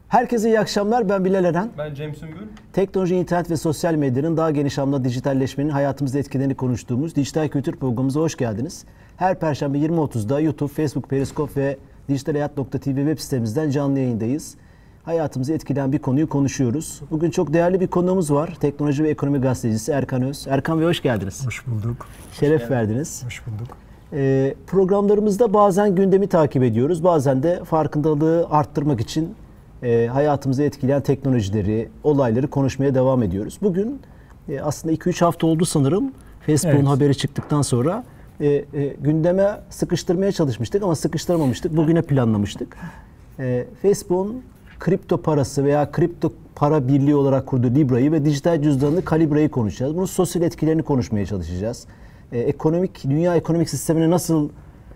Herkese iyi akşamlar. Ben Bilal Eren. Ben Cem Sümbül. Teknoloji, internet ve sosyal medyanın daha geniş anlamda dijitalleşmenin hayatımızda etkilerini konuştuğumuz Dijital Kültür programımıza hoş geldiniz. Her Perşembe 20.30'da YouTube, Facebook, Periscope ve dijitalhayat.tv web sitemizden canlı yayındayız. Hayatımızı etkileyen bir konuyu konuşuyoruz. Bugün çok değerli bir konuğumuz var. Teknoloji ve Ekonomi Gazetecisi Erkan Öz. Erkan Bey hoş geldiniz. Hoş bulduk. Şeref verdiniz. Hoş bulduk. Programlarımızda bazen gündemi takip ediyoruz. Bazen de farkındalığı arttırmak için hayatımızı etkileyen teknolojileri, olayları konuşmaya devam ediyoruz. Bugün aslında 2-3 hafta oldu sanırım. Facebook'un haberi çıktıktan sonra gündeme sıkıştırmaya çalışmıştık ama sıkıştıramamıştık. Bugüne planlamıştık. Facebook'un kripto parası veya kripto para birliği olarak kurduğu Libra'yı ve dijital cüzdanını Calibra'yı konuşacağız. Bunun sosyal etkilerini konuşmaya çalışacağız. Dünya ekonomik sistemine nasıl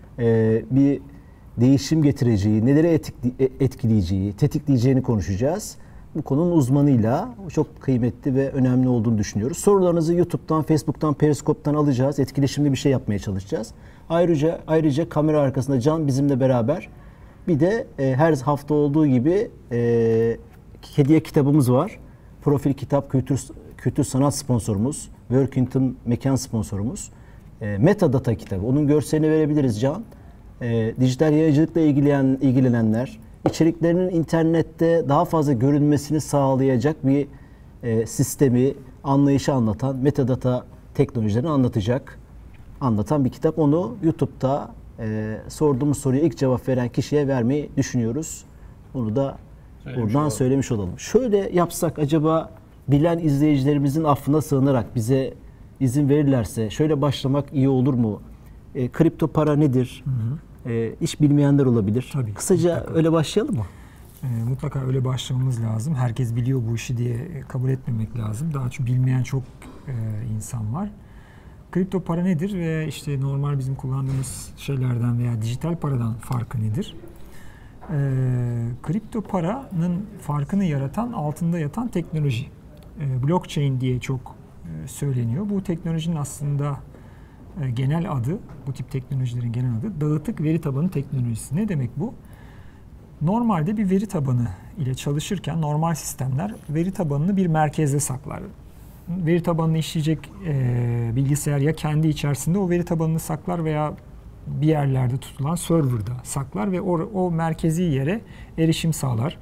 bir değişim getireceği, neleri etkileyeceği, tetikleyeceğini konuşacağız. Bu konunun uzmanıyla çok kıymetli ve önemli olduğunu düşünüyoruz. Sorularınızı YouTube'dan, Facebook'tan, Periscope'tan alacağız. Etkileşimli bir şey yapmaya çalışacağız. Ayrıca kamera arkasında Can bizimle beraber. Bir de her hafta olduğu gibi hediye kitabımız var. Profil Kitap Kültür Sanat sponsorumuz. Workington Mekan sponsorumuz. Metadata kitabı. Onun görselini verebiliriz Can. Dijital yayıncılıkla ilgilenenler, içeriklerinin internette daha fazla görünmesini sağlayacak bir sistemi, anlayışı anlatan, metadata teknolojilerini anlatan bir kitap. Onu YouTube'da sorduğumuz soruya ilk cevap veren kişiye vermeyi düşünüyoruz. Bunu da buradan söylemiş olalım. Şöyle yapsak acaba bilen izleyicilerimizin affına sığınarak bize izin verirlerse şöyle başlamak iyi olur mu? Kripto para nedir? Hiç bilmeyenler olabilir. Tabii, kısaca mutlaka. Öyle başlayalım mı? Mutlaka öyle başlamamız lazım. Herkes biliyor bu işi diye kabul etmemek lazım. Daha çok bilmeyen çok insan var. Kripto para nedir ve işte normal bizim kullandığımız şeylerden veya dijital paradan farkı nedir? Kripto paranın farkını yaratan, altında yatan teknoloji. Blockchain diye çok söyleniyor. Bu teknolojinin aslında genel adı, bu tip teknolojilerin genel adı dağıtık veri tabanı teknolojisi. Ne demek bu? Normalde bir veri tabanı ile çalışırken normal sistemler veri tabanını bir merkezde saklar. Veri tabanını işleyecek bilgisayar ya kendi içerisinde o veri tabanını saklar veya bir yerlerde tutulan serverda saklar ve o merkezi yere erişim sağlar.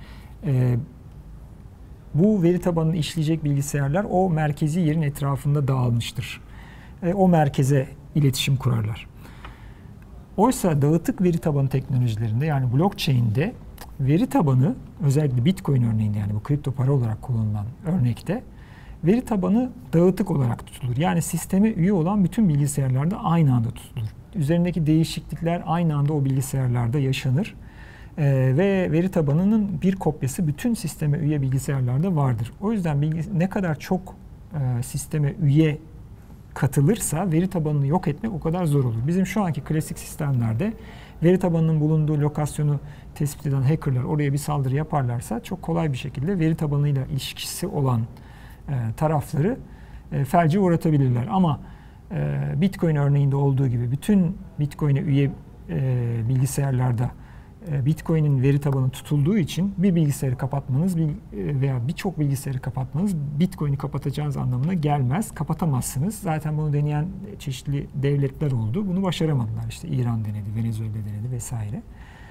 Bu veri tabanını işleyecek bilgisayarlar o merkezi yerin etrafında dağılmıştır. O merkeze iletişim kurarlar. Oysa dağıtık veri tabanı teknolojilerinde yani blockchain'de veri tabanı özellikle Bitcoin örneğinde yani bu kripto para olarak kullanılan örnekte veri tabanı dağıtık olarak tutulur. Yani sisteme üye olan bütün bilgisayarlarda aynı anda tutulur. Üzerindeki değişiklikler aynı anda o bilgisayarlarda yaşanır. Ve veri tabanının bir kopyası bütün sisteme üye bilgisayarlarda vardır. O yüzden ne kadar çok sisteme üye katılırsa veri tabanını yok etmek o kadar zor olur. Bizim şu anki klasik sistemlerde veri tabanının bulunduğu lokasyonu tespit eden hackerlar oraya bir saldırı yaparlarsa çok kolay bir şekilde veri tabanıyla ilişkisi olan tarafları felce uğratabilirler. Ama Bitcoin örneğinde olduğu gibi bütün Bitcoin'e üye bilgisayarlarda Bitcoin'in veri tabanı tutulduğu için bir bilgisayarı kapatmanız veya birçok bilgisayarı kapatmanız Bitcoin'i kapatacağınız anlamına gelmez. Kapatamazsınız. Zaten bunu deneyen çeşitli devletler oldu. Bunu başaramadılar. İşte İran denedi, Venezuela denedi vesaire.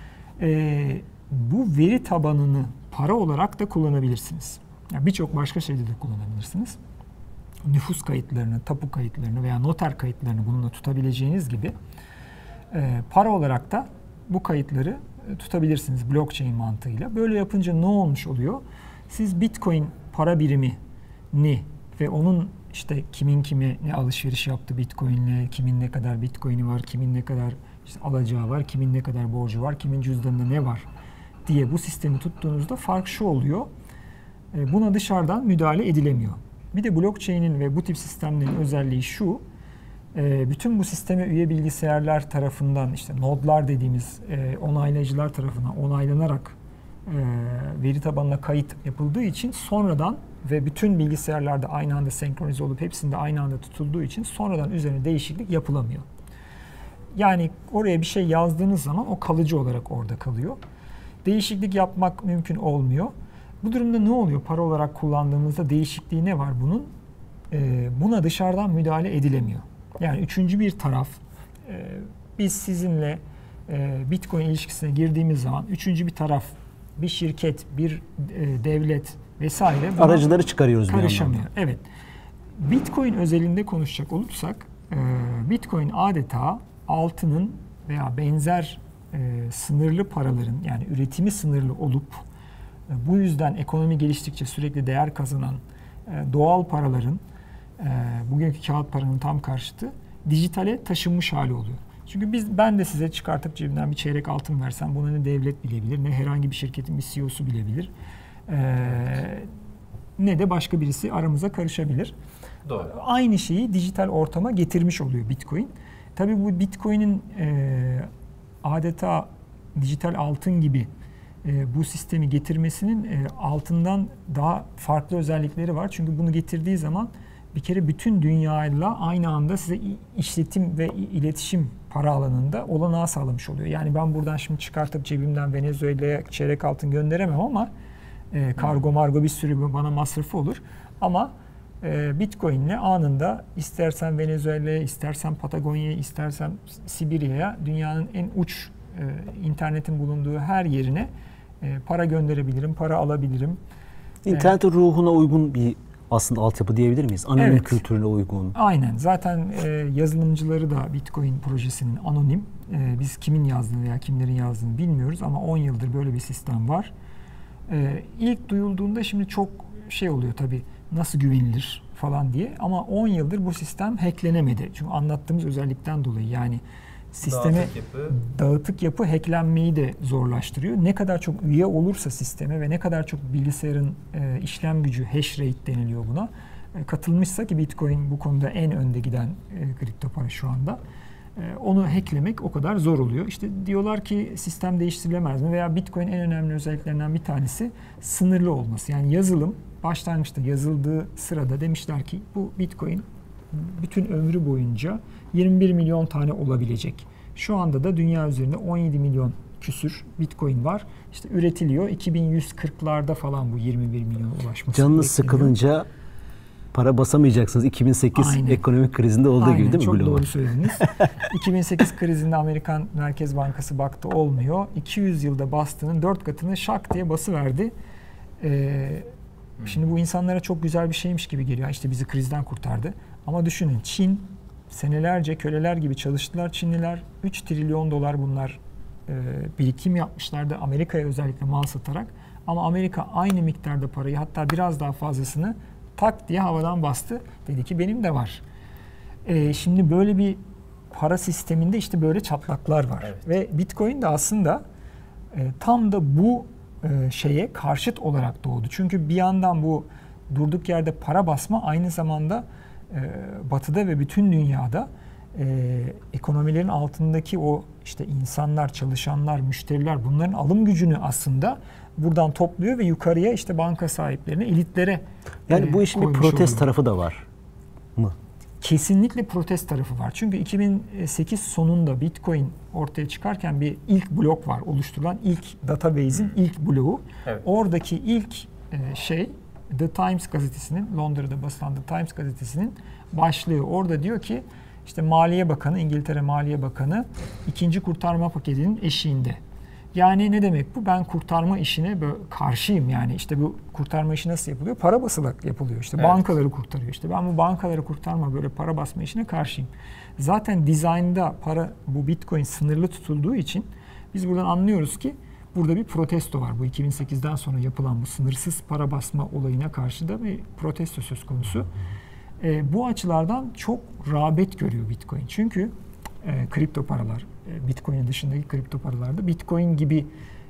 Bu veri tabanını para olarak da kullanabilirsiniz. Yani birçok başka şeyde de kullanabilirsiniz. Nüfus kayıtlarını, tapu kayıtlarını veya noter kayıtlarını bununla tutabileceğiniz gibi para olarak da bu kayıtları tutabilirsiniz blockchain mantığıyla. Böyle yapınca ne olmuş oluyor? Siz Bitcoin para birimini ve onun işte kimin kime ne alışveriş yaptı Bitcoin'le, kimin ne kadar Bitcoin'i var, kimin ne kadar işte alacağı var, kimin ne kadar borcu var, kimin cüzdanında ne var diye bu sistemi tuttuğunuzda fark şu oluyor. Buna dışarıdan müdahale edilemiyor. Bir de blockchain'in ve bu tip sistemlerin özelliği şu. Bütün bu sisteme üye bilgisayarlar tarafından işte nodlar dediğimiz onaylayıcılar tarafından onaylanarak veri tabanına kayıt yapıldığı için sonradan ve bütün bilgisayarlarda aynı anda senkronize olup hepsinde aynı anda tutulduğu için sonradan üzerine değişiklik yapılamıyor. Yani oraya bir şey yazdığınız zaman o kalıcı olarak orada kalıyor. Değişiklik yapmak mümkün olmuyor. Bu durumda ne oluyor? Para olarak kullandığımızda değişikliği ne var bunun? Buna dışarıdan müdahale edilemiyor. Yani üçüncü bir taraf, biz sizinle Bitcoin ilişkisine girdiğimiz zaman üçüncü bir taraf, bir şirket, bir devlet vesaire aracıları çıkarıyoruz bir karışamıyor. Evet. Bitcoin özelinde konuşacak olursak, Bitcoin adeta altının veya benzer sınırlı paraların, yani üretimi sınırlı olup bu yüzden ekonomi geliştikçe sürekli değer kazanan doğal paraların, bugünkü kağıt paranın tam karşıtı, dijitale taşınmış hali oluyor. Çünkü ben de size çıkartıp cebimden bir çeyrek altın versem bunu ne devlet bilebilir, ne herhangi bir şirketin bir CEO'su bilebilir, ne de başka birisi aramıza karışabilir. Doğru. Aynı şeyi dijital ortama getirmiş oluyor Bitcoin. Tabii bu Bitcoin'in adeta dijital altın gibi bu sistemi getirmesinin altından daha farklı özellikleri var. Çünkü bunu getirdiği zaman bir kere bütün dünyayla aynı anda size işletim ve iletişim para alanında olanağı sağlamış oluyor. Yani ben buradan şimdi çıkartıp cebimden Venezuela'ya çeyrek altın gönderemem ama kargo margo bir sürü bana masrafı olur. Ama Bitcoin'le anında istersen Venezuela'ya, istersen Patagonya'ya, istersen Sibirya'ya, dünyanın en uç internetin bulunduğu her yerine para gönderebilirim, para alabilirim. İnternetin ruhuna uygun bir aslında altyapı diyebilir miyiz? Anonim kültürüne uygun. Aynen. Zaten yazılımcıları da Bitcoin projesinin anonim. Biz kimin yazdığını veya kimlerin yazdığını bilmiyoruz ama 10 yıldır böyle bir sistem var. İlk duyulduğunda şimdi çok şey oluyor tabii, nasıl güvenilir falan diye, ama 10 yıldır bu sistem hacklenemedi. Çünkü anlattığımız özellikten dolayı, yani sisteme dağıtık yapı hacklenmeyi de zorlaştırıyor. Ne kadar çok üye olursa sisteme ve ne kadar çok bilgisayarın işlem gücü, hash rate deniliyor buna, katılmışsa, ki Bitcoin bu konuda en önde giden kripto para şu anda, onu hacklemek o kadar zor oluyor. İşte diyorlar ki sistem değiştirilemez mi? Veya Bitcoin en önemli özelliklerinden bir tanesi sınırlı olması. Yani yazılım başlangıçta yazıldığı sırada demişler ki bu Bitcoin bütün ömrü boyunca 21 milyon tane olabilecek. Şu anda da dünya üzerinde 17 milyon küsür Bitcoin var. İşte üretiliyor. 2140'larda falan bu 21 milyona ulaşması. Canınız sıkılınca para basamayacaksınız. 2008 ekonomik krizinde olduğu gibi değil mi? Çok doğru söylediniz. 2008 krizinde Amerikan Merkez Bankası baktı olmuyor. 200 yılda bastığının 4 katını şak diye basıverdi. Şimdi bu insanlara çok güzel bir şeymiş gibi geliyor. İşte bizi krizden kurtardı. Ama düşünün, Çin senelerce köleler gibi çalıştılar Çinliler. 3 trilyon dolar bunlar birikim yapmışlardı Amerika'ya özellikle mal satarak. Ama Amerika aynı miktarda parayı, hatta biraz daha fazlasını tak diye havadan bastı. Dedi ki benim de var. Şimdi böyle bir para sisteminde işte böyle çatlaklar var. Evet. Ve Bitcoin de aslında tam da bu şeye karşıt olarak doğdu. Çünkü bir yandan bu durduk yerde para basma aynı zamanda Batı'da ve bütün dünyada ekonomilerin altındaki o işte insanlar, çalışanlar, müşteriler, bunların alım gücünü aslında buradan topluyor ve yukarıya işte banka sahiplerine, elitlere yani bu işin bir protest tarafı da var mı? Kesinlikle protest tarafı var. Çünkü 2008 sonunda Bitcoin ortaya çıkarken bir ilk blok var. Oluşturulan ilk database'in ilk bloğu. Evet. Oradaki ilk şey The Times gazetesinin, Londra'da basılan The Times gazetesinin başlığı. Orada diyor ki işte Maliye Bakanı, İngiltere Maliye Bakanı ikinci kurtarma paketinin eşiğinde. Yani ne demek bu? Ben kurtarma işine böyle karşıyım yani. İşte bu kurtarma işi nasıl yapılıyor? Para basarak yapılıyor. İşte bankaları kurtarıyor. İşte ben bu bankaları kurtarma, böyle para basma işine karşıyım. Zaten dizaynda bu Bitcoin sınırlı tutulduğu için biz buradan anlıyoruz ki burada bir protesto var. Bu 2008'den sonra yapılan bu sınırsız para basma olayına karşı da bir protesto söz konusu. Bu açılardan çok rağbet görüyor Bitcoin. Çünkü kripto paralar, Bitcoin'in dışındaki kripto paralarda Bitcoin gibi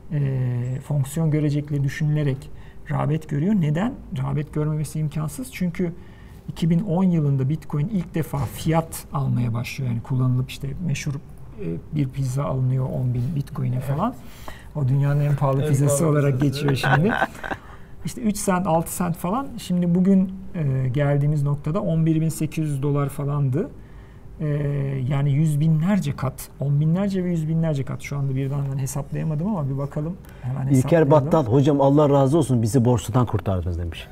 fonksiyon görecekleri düşünülerek rağbet görüyor. Neden? Rağbet görmemesi imkansız. Çünkü 2010 yılında Bitcoin ilk defa fiyat almaya başlıyor. Yani kullanılıp işte meşhur bir pizza alınıyor 10.000 Bitcoin'e falan. O dünyanın en pahalı pizzası olarak geçiyor şimdi. İşte 3 sent, 6 sent falan. Şimdi bugün geldiğimiz noktada 11.800 dolar falandı. Yani yüz binlerce kat, on binlerce ve yüz binlerce kat. Şu anda birden ben hesaplayamadım ama bir bakalım. Hemen İlker Battal, hocam Allah razı olsun bizi borsadan kurtardınız demiş.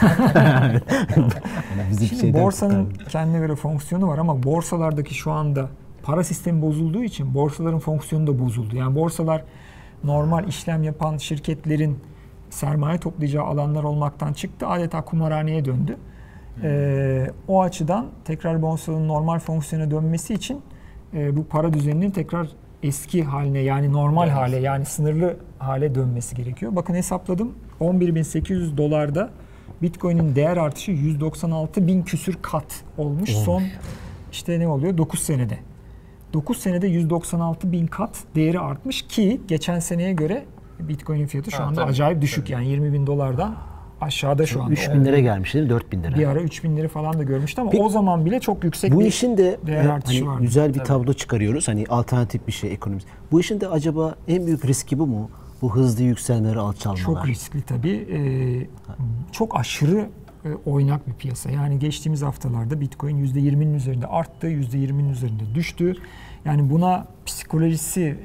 Şimdi borsanın kendine göre fonksiyonu var ama borsalardaki şu anda para sistemi bozulduğu için borsaların fonksiyonu da bozuldu. Yani borsalar normal işlem yapan şirketlerin sermaye toplayacağı alanlar olmaktan çıktı. Adeta kumarhaneye döndü. O açıdan tekrar borsanın normal fonksiyona dönmesi için bu para düzeninin tekrar eski haline yani normal hale yani sınırlı hale dönmesi gerekiyor. Bakın hesapladım 11.800 dolarda Bitcoin'in değer artışı 196.000 küsür kat olmuş. Son işte ne oluyor 9 senede. 9 senede 196.000 kat değeri artmış ki geçen seneye göre Bitcoin'in fiyatı şu anda acayip düşük yani 20.000 dolardan aşağıda şu anda. 3.000 lira gelmiş değil mi? 4.000 lira. Bir ara 3.000 lira falan da görmüştü ama o zaman bile çok yüksek bu bir işin de değer artışı vardı. Güzel bir tablo çıkarıyoruz. Hani alternatif bir şey ekonomisi. Bu işin de acaba en büyük riski bu mu? Bu hızlı yükselmeleri, alçalmalar. Çok riskli tabii. Çok aşırı oynak bir piyasa. Yani geçtiğimiz haftalarda Bitcoin %20'nin üzerinde arttı, %20'nin üzerinde düştü. Yani buna psikolojisi,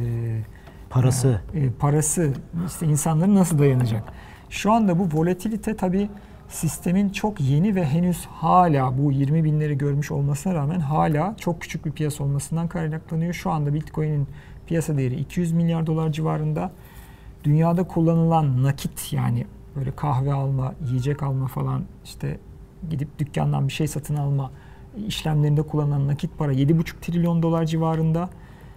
parası işte insanların nasıl dayanacak? Şu anda bu volatilite tabii sistemin çok yeni ve henüz hala bu 20 binleri görmüş olmasına rağmen hala çok küçük bir piyasa olmasından kaynaklanıyor. Şu anda Bitcoin'in piyasa değeri 200 milyar dolar civarında. Dünyada kullanılan nakit yani böyle kahve alma, yiyecek alma falan işte gidip dükkandan bir şey satın alma işlemlerinde kullanılan nakit para 7,5 trilyon dolar civarında.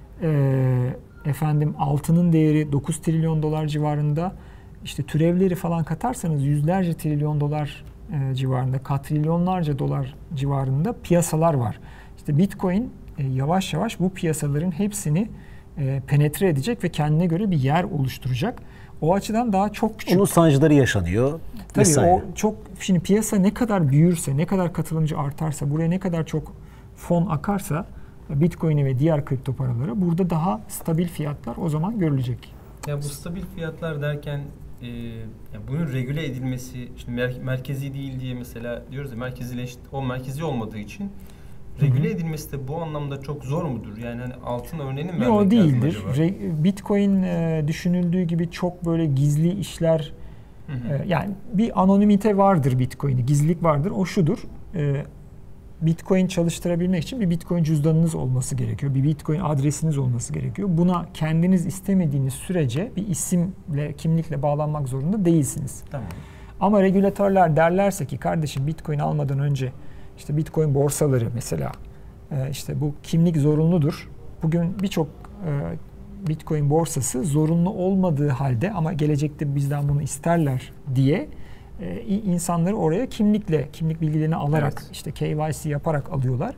Altının değeri 9 trilyon dolar civarında. İşte türevleri falan katarsanız yüzlerce trilyon dolar civarında, katrilyonlarca dolar civarında piyasalar var. İşte Bitcoin yavaş yavaş bu piyasaların hepsini penetre edecek ve kendine göre bir yer oluşturacak. O açıdan daha çok küçük. Onun sancıları yaşanıyor. Tabii şimdi piyasa ne kadar büyürse, ne kadar katılımcı artarsa, buraya ne kadar çok fon akarsa Bitcoin'e ve diğer kripto paralara burada daha stabil fiyatlar o zaman görülecek. Ya bu stabil fiyatlar derken bunun regüle edilmesi, şimdi merkezi değil diye mesela diyoruz ya merkezi olmadığı için regüle edilmesi de bu anlamda çok zor mudur? Yani hani altın örneğini mi vermek değildir. lazım acaba? Bitcoin düşünüldüğü gibi çok böyle gizli işler yani bir anonimite vardır Bitcoin'de, gizlilik vardır. O şudur. Bitcoin çalıştırabilmek için bir Bitcoin cüzdanınız olması gerekiyor. Bir Bitcoin adresiniz olması gerekiyor. Buna kendiniz istemediğiniz sürece bir isimle, kimlikle bağlanmak zorunda değilsiniz. Tamam. Ama regülatörler derlerse ki kardeşim Bitcoin almadan önce işte Bitcoin borsaları mesela işte bu kimlik zorunludur. Bugün birçok Bitcoin borsası zorunlu olmadığı halde ama gelecekte bizden bunu isterler diye insanları oraya kimlik bilgilerini alarak işte KYC yaparak alıyorlar.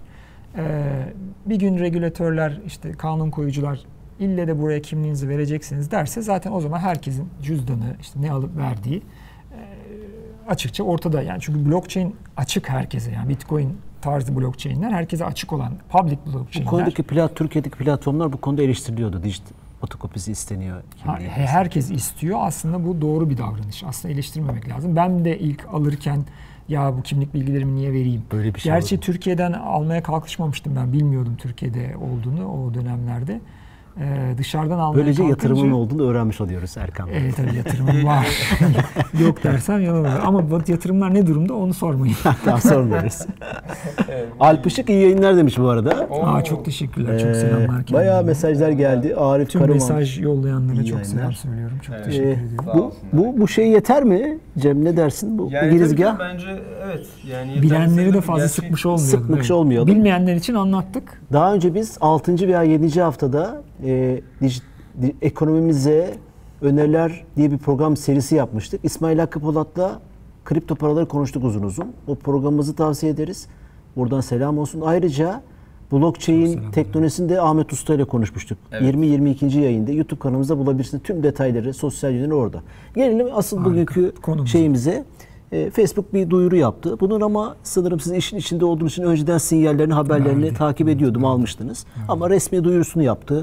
Bir gün regülatörler işte kanun koyucular ille de buraya kimliğinizi vereceksiniz derse zaten o zaman herkesin cüzdanı işte ne alıp verdiği açıkça ortada. Yani çünkü blockchain açık herkese yani Bitcoin tarzı blockchain'ler herkese açık olan public blockchain'ler. Bu konudaki Türkiye'deki platformlar bu konuda eleştiriliyordu. Dijital fotokopisi isteniyor. Herkes istiyor. Aslında bu doğru bir davranış. Aslında eleştirmemek lazım. Ben de ilk alırken ya bu kimlik bilgilerimi niye vereyim? Böyle bir şey Gerçi oldu. Türkiye'den almaya kalkışmamıştım ben. Bilmiyordum Türkiye'de olduğunu o dönemlerde. Dışarıdan almaya böylece kalkınca, yatırımın olduğunu öğrenmiş oluyoruz Erkan Bey. Evet tabii yatırımım var. Yok dersem yalan olur. Ama yatırımlar ne durumda onu sormayın. Daha sormuyoruz. Alp Işık iyi yayınlar demiş bu arada. Çok teşekkürler. Çok selamlar. Bayağı mesajlar geldi. Arif Tüm Karaman. mesaj yollayanlara İyi çok selam yayınlar. söylüyorum. Çok teşekkür ediyorum. Bu şey yeter mi? Cem ne dersin? Bu girizgah. Bence evet. Yani Bilenleri de fazla sıkmış olmayalım. Sıkmış olmayalım. Bilmeyenler için anlattık. Daha önce biz 6. veya 7. haftada ekonomimize öneriler diye bir program serisi yapmıştık. İsmail Hakkı Polat'la kripto paraları konuştuk uzun uzun. O programımızı tavsiye ederiz. Buradan selam olsun. Ayrıca blockchain teknolojisini de Ahmet Usta ile konuşmuştuk. Evet. 20-22. yayında YouTube kanalımızda bulabilirsiniz. Tüm detayları, sosyal yönleri orada. Gelelim asıl bugünkü şeyimize. Facebook bir duyuru yaptı. Bunun ama sanırım siz işin içinde olduğunuz için önceden sinyallerini, haberlerini takip ediyordum, almıştınız. Ama resmi duyurusunu yaptı.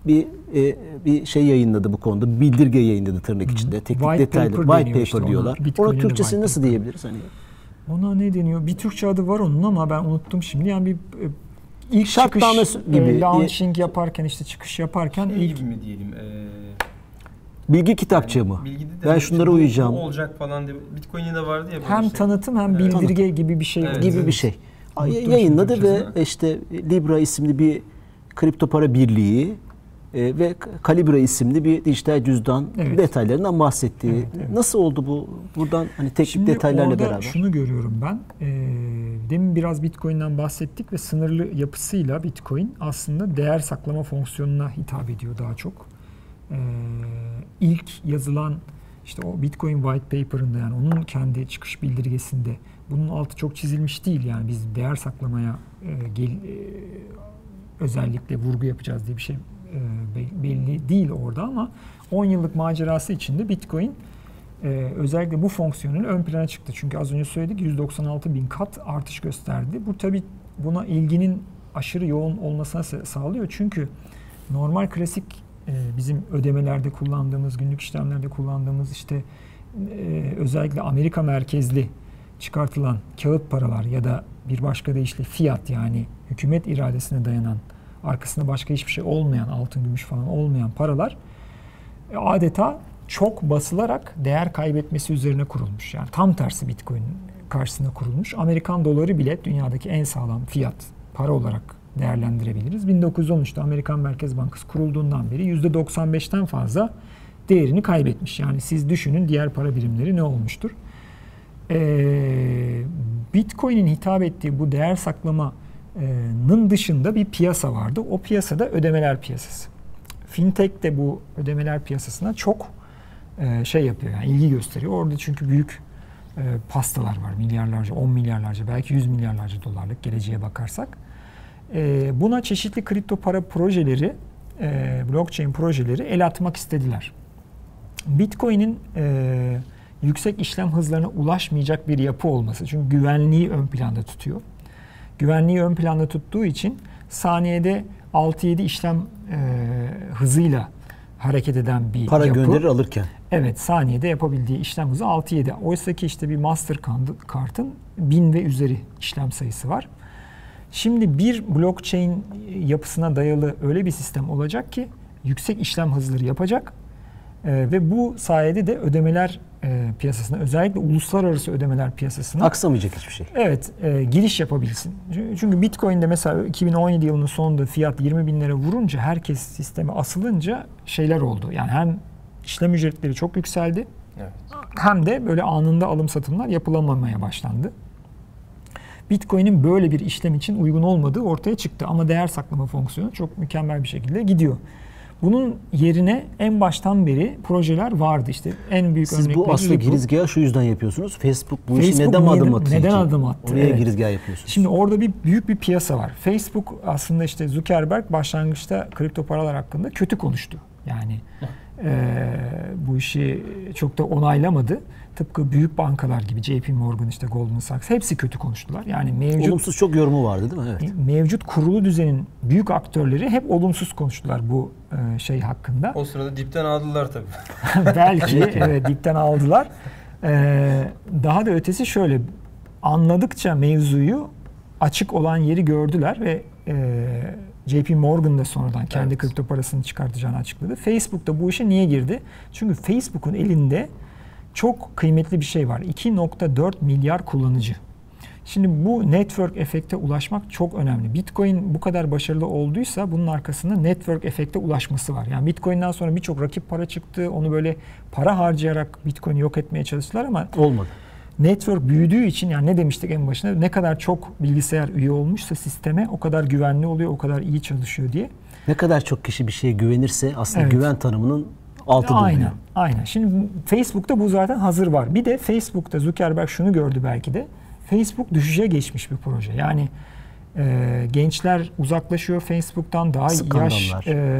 Bir şey yayınladı bu konuda. Bildirge yayınladı tırnak içinde. Teknik detaylı. White paper diyorlar. Onun Türkçesini nasıl diyebiliriz? Hani? Ona ne deniyor? Bir Türkçe adı var onun ama ben unuttum şimdi. Yani bir ilk şartname çıkış gibi launching yaparken işte çıkış yaparken ilk gibi mi diyelim? Bilgi kitapçığı mı? Ben şunlara uyacağım. Bu olacak falan diye. Bitcoin'de de vardı ya. Hem işte. tanıtım hem bildirge gibi bir şey. Evet, gibi bir şey. Yayınladı ve işte Libra isimli bir kripto para birliği ve Calibra isimli bir dijital cüzdan detaylarından bahsetti. Evet. Nasıl oldu bu? Buradan hani teknik Şimdi detaylarla orada beraber. şunu görüyorum ben. Demin biraz Bitcoin'den bahsettik ve sınırlı yapısıyla Bitcoin aslında değer saklama fonksiyonuna hitap ediyor daha çok. İlk yazılan işte o Bitcoin White Paper'ında, yani onun kendi çıkış bildirgesinde bunun altı çok çizilmiş değil, yani biz değer saklamaya özellikle vurgu yapacağız diye bir şey belli değil orada, ama 10 yıllık macerası içinde Bitcoin özellikle bu fonksiyonun ön plana çıktı. Çünkü az önce söyledik, 196 bin kat artış gösterdi. Bu tabii buna ilginin aşırı yoğun olmasına sağlıyor. Çünkü normal klasik bizim ödemelerde kullandığımız, günlük işlemlerde kullandığımız işte özellikle Amerika merkezli çıkartılan kağıt paralar ya da bir başka deyişle fiyat, yani hükümet iradesine dayanan, arkasında başka hiçbir şey olmayan, altın, gümüş falan olmayan paralar adeta çok basılarak değer kaybetmesi üzerine kurulmuş. Yani tam tersi Bitcoin karşısında kurulmuş. Amerikan doları bile dünyadaki en sağlam fiyat, para olarak değerlendirebiliriz. 1913'te Amerikan Merkez Bankası kurulduğundan beri %95'ten fazla değerini kaybetmiş. Yani siz düşünün diğer para birimleri ne olmuştur? Bitcoin'in hitap ettiği bu değer saklamanın dışında bir piyasa vardı. O piyasada ödemeler piyasası. Fintech de bu ödemeler piyasasına çok şey yapıyor, yani ilgi gösteriyor. Orada çünkü büyük pastalar var. Milyarlarca, 10 milyarlarca, belki 100 milyarlarca dolarlık geleceğe bakarsak. Buna çeşitli kripto para projeleri, blockchain projeleri el atmak istediler. Bitcoin'in yüksek işlem hızlarına ulaşmayacak bir yapı olması. Çünkü güvenliği ön planda tutuyor. Güvenliği ön planda tuttuğu için saniyede 6-7 işlem hızıyla hareket eden bir para yapı. gönderir alırken. Evet, saniyede yapabildiği işlem hızı 6-7. Oysa ki işte bir Mastercard'ın 1000 ve üzeri işlem sayısı var. Şimdi bir blockchain yapısına dayalı öyle bir sistem olacak ki yüksek işlem hızları yapacak ve bu sayede de ödemeler piyasasına, özellikle uluslararası ödemeler piyasasına aksamayacak hiçbir şey. Evet, giriş yapabilsin. Çünkü Bitcoin'de mesela 2017 yılının sonunda fiyat 20 bin lira vurunca, herkes sisteme asılınca şeyler oldu. Yani hem işlem ücretleri çok yükseldi, evet, hem de böyle anında alım satımlar yapılamamaya başlandı. Bitcoin'in böyle bir işlem için uygun olmadığı ortaya çıktı, ama değer saklama fonksiyonu çok mükemmel bir şekilde gidiyor. Bunun yerine en baştan beri projeler vardı. İşte en büyük örnekleri. Siz bu aslında girizgahı şu yüzden yapıyorsunuz. Facebook bu işi neden adım attı? Neden adım attı? Oraya girizgah yapıyorsunuz. Şimdi orada büyük bir piyasa var. Facebook aslında işte Zuckerberg başlangıçta kripto paralar hakkında kötü konuştu. Yani bu işi çok da onaylamadı. Tıpkı büyük bankalar gibi JP Morgan, işte Goldman Sachs, hepsi kötü konuştular. Yani mevcut, olumsuz çok yorumu vardı değil mi? Evet. Mevcut kurulu düzenin büyük aktörleri hep olumsuz konuştular bu şey hakkında. O sırada dipten aldılar tabii. Belki evet, dipten aldılar. Daha da ötesi şöyle, anladıkça mevzuyu, açık olan yeri gördüler ve JP Morgan da sonradan kendi kripto parasını çıkartacağını açıkladı. Facebook da bu işe niye girdi? Çünkü Facebook'un elinde çok kıymetli bir şey var. 2.4 milyar kullanıcı. Şimdi bu network efekte ulaşmak çok önemli. Bitcoin bu kadar başarılı olduysa bunun arkasında network efekte ulaşması var. Yani Bitcoin'den sonra birçok rakip para çıktı. Onu böyle para harcayarak Bitcoin'i yok etmeye çalıştılar ama olmadı. Network büyüdüğü için, yani ne demiştik en başında, ne kadar çok bilgisayar üye olmuşsa sisteme o kadar güvenli oluyor, o kadar iyi çalışıyor diye. Ne kadar çok kişi bir şeye güvenirse aslında güven tanımının altı dönüyor. Aynen. Şimdi Facebook'ta bu zaten hazır var. Bir de Facebook'ta Zuckerberg şunu gördü belki de. Facebook düşüşe geçmiş bir proje. Yani gençler uzaklaşıyor Facebook'tan, daha yaş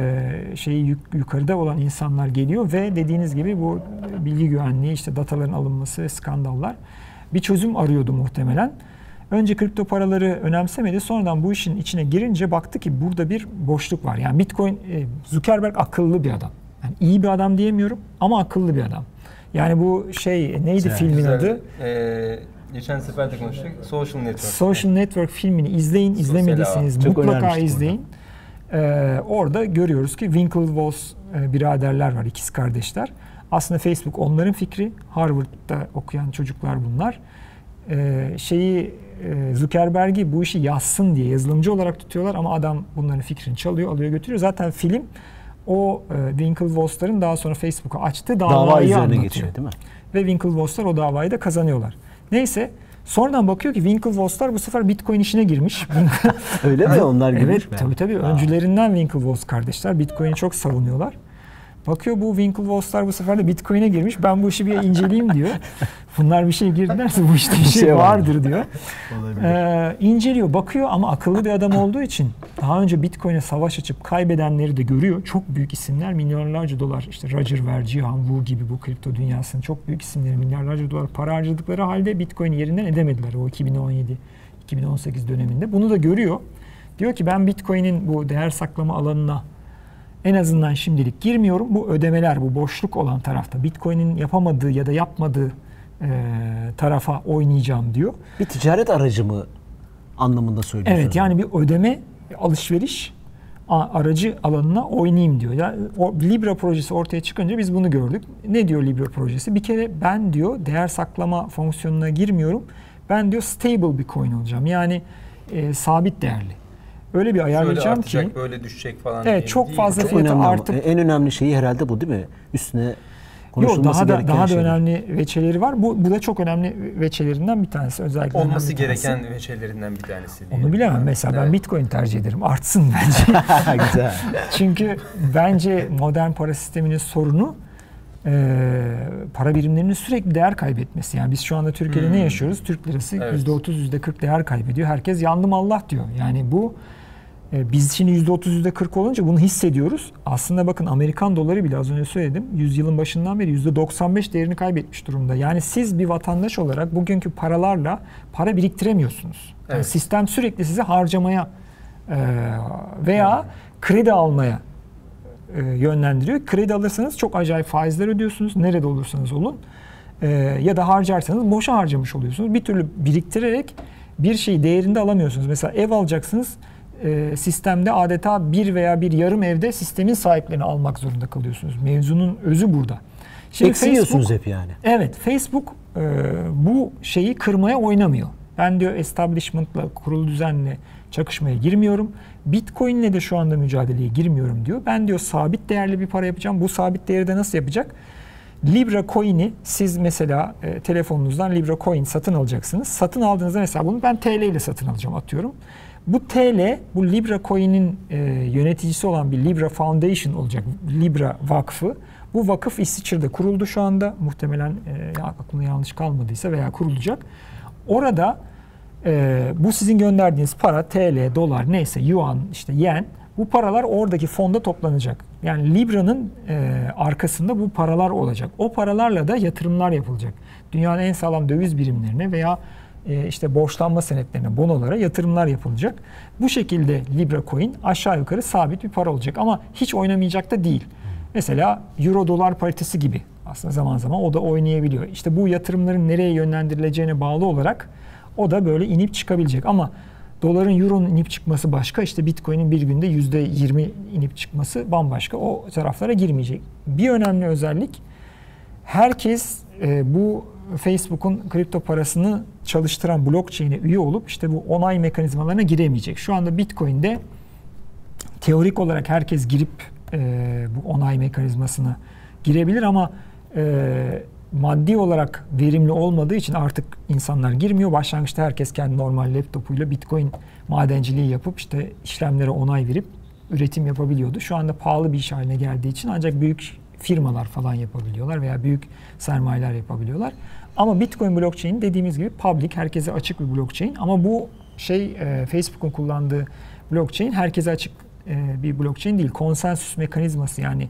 yukarıda olan insanlar geliyor ve dediğiniz gibi bu bilgi güvenliği, işte dataların alınması, skandallar bir çözüm arıyordu muhtemelen. Önce kripto paraları önemsemedi. Sonradan bu işin içine girince baktı ki burada bir boşluk var. Yani Bitcoin, Zuckerberg akıllı bir adam. Yani iyi bir adam diyemiyorum ama akıllı bir adam. Yani bu neydi filmin adı? Geçen sefer de konuştuk. Social Network. Social Network filmini izleyin. İzlemediyseniz mutlaka izleyin. Orada görüyoruz ki Winklevoss biraderler var, ikiz kardeşler. Aslında Facebook onların fikri. Harvard'da okuyan çocuklar bunlar. Zuckerberg'i bu işi yazsın diye yazılımcı olarak tutuyorlar ama adam bunların fikrini çalıyor, alıyor, götürüyor. Zaten film o Winklevoss'ların daha sonra Facebook'u açtığı davayı anlatıyor. Geçiyor, değil mi? Ve Winklevoss'lar o davayı da kazanıyorlar. Neyse, sonradan bakıyor ki Winklevoss'lar bu sefer Bitcoin işine girmiş. Öyle mi? Onlar girmiş mi? Evet, tabii. Öncülerinden Winklevoss kardeşler Bitcoin'i çok savunuyorlar. Bakıyor bu Winklevoss'lar bu sefer de Bitcoin'e girmiş. Ben bu işi bir inceleyeyim diyor. Bunlar bir şey girdilerse bu işte bir şey vardır diyor. İnceliyor, bakıyor ama akıllı bir adam olduğu için daha önce Bitcoin'e savaş açıp kaybedenleri de görüyor. Çok büyük isimler, milyarlarca dolar. İşte Roger Ver, Jihan Wu gibi bu kripto dünyasının çok büyük isimleri milyarlarca dolar para harcadıkları halde Bitcoin'i yerinden edemediler o 2017-2018 döneminde. Bunu da görüyor. Diyor ki ben Bitcoin'in bu değer saklama alanına en azından şimdilik girmiyorum. Bu ödemeler, bu boşluk olan tarafta Bitcoin'in yapamadığı ya da yapmadığı tarafa oynayacağım diyor. Bir ticaret aracı mı anlamında söylüyorsunuz? Evet, yani bir ödeme, alışveriş aracı alanına oynayayım diyor. Yani o Libra projesi ortaya çıkınca biz bunu gördük. Ne diyor Libra projesi? Bir kere ben diyor değer saklama fonksiyonuna girmiyorum. Ben diyor stable bir coin olacağım. Yani sabit değerli. Öyle bir ayarlayacağım ki böyle düşecek falan. Evet, çok fazla fiyatı artıp en önemli şeyi herhalde bu, değil mi? Üstüne konuşulması gereken daha da önemli veçeleri var. Bu da çok önemli veçelerinden bir tanesi. Özellikle olması gereken veçelerinden bir tanesi. Onu bilemem. Mesela ben Bitcoin tercih ederim. Artsın bence. Güzel. Çünkü bence modern para sisteminin sorunu para birimlerinin sürekli değer kaybetmesi. Yani biz şu anda Türkiye'de ne yaşıyoruz? Türk lirası %30, %40 değer kaybediyor. Herkes yandım Allah diyor. Yani bu biz şimdi %30, %40 olunca bunu hissediyoruz. Aslında bakın Amerikan doları bile az önce söyledim. Yüzyılın başından beri %95 değerini kaybetmiş durumda. Yani siz bir vatandaş olarak bugünkü paralarla para biriktiremiyorsunuz. Evet. Yani sistem sürekli sizi harcamaya veya kredi almaya yönlendiriyor. Kredi alırsanız çok acayip faizler ödüyorsunuz. Nerede olursanız olun. Ya da harcarsanız boşa harcamış oluyorsunuz. Bir türlü biriktirerek bir şeyi değerinde alamıyorsunuz. Mesela ev alacaksınız. Sistemde adeta bir veya bir yarım evde sistemin sahiplerini almak zorunda kalıyorsunuz. Mevzunun özü burada. Şimdi eksiyorsunuz hep yani. Evet, Facebook bu şeyi kırmaya oynamıyor. Ben diyor establishment'la, kurulu düzenle çakışmaya girmiyorum. Bitcoin'le de şu anda mücadeleye girmiyorum diyor. Ben diyor sabit değerli bir para yapacağım. Bu sabit değeri de nasıl yapacak? Libra Coin'i siz mesela telefonunuzdan Libra Coin satın alacaksınız. Satın aldığınızda mesela bunu ben TL ile satın alacağım atıyorum. Bu TL, bu Libra Coin'in yöneticisi olan bir Libra Foundation olacak. Libra Vakfı. Bu vakıf İsviçre'de kuruldu şu anda. Muhtemelen aklımda yanlış kalmadıysa veya kurulacak. Orada bu sizin gönderdiğiniz para, TL, dolar, neyse, yuan, işte yen, bu paralar oradaki fonda toplanacak. Yani Libra'nın arkasında bu paralar olacak. O paralarla da yatırımlar yapılacak. Dünyanın en sağlam döviz birimlerine veya işte borçlanma senetlerine, bonolara yatırımlar yapılacak. Bu şekilde Libra Coin aşağı yukarı sabit bir para olacak ama hiç oynamayacak da değil. Mesela Euro dolar paritesi gibi aslında zaman zaman o da oynayabiliyor. İşte bu yatırımların nereye yönlendirileceğine bağlı olarak o da böyle inip çıkabilecek ama doların, euronun inip çıkması başka, işte Bitcoin'in bir günde %20 inip çıkması bambaşka. O taraflara girmeyecek. Bir önemli özellik, herkes bu Facebook'un kripto parasını çalıştıran blockchain'e üye olup işte bu onay mekanizmalarına giremeyecek. Şu anda Bitcoin'de teorik olarak herkes girip bu onay mekanizmasına girebilir ama maddi olarak verimli olmadığı için artık insanlar girmiyor. Başlangıçta herkes kendi normal laptopuyla Bitcoin madenciliği yapıp işte işlemlere onay verip üretim yapabiliyordu. Şu anda pahalı bir iş haline geldiği için ancak büyük firmalar falan yapabiliyorlar veya büyük sermayeler yapabiliyorlar. Ama Bitcoin blockchain dediğimiz gibi public, herkese açık bir blockchain. Ama bu Facebook'un kullandığı blockchain herkese açık bir blockchain değil. Konsensüs mekanizması, yani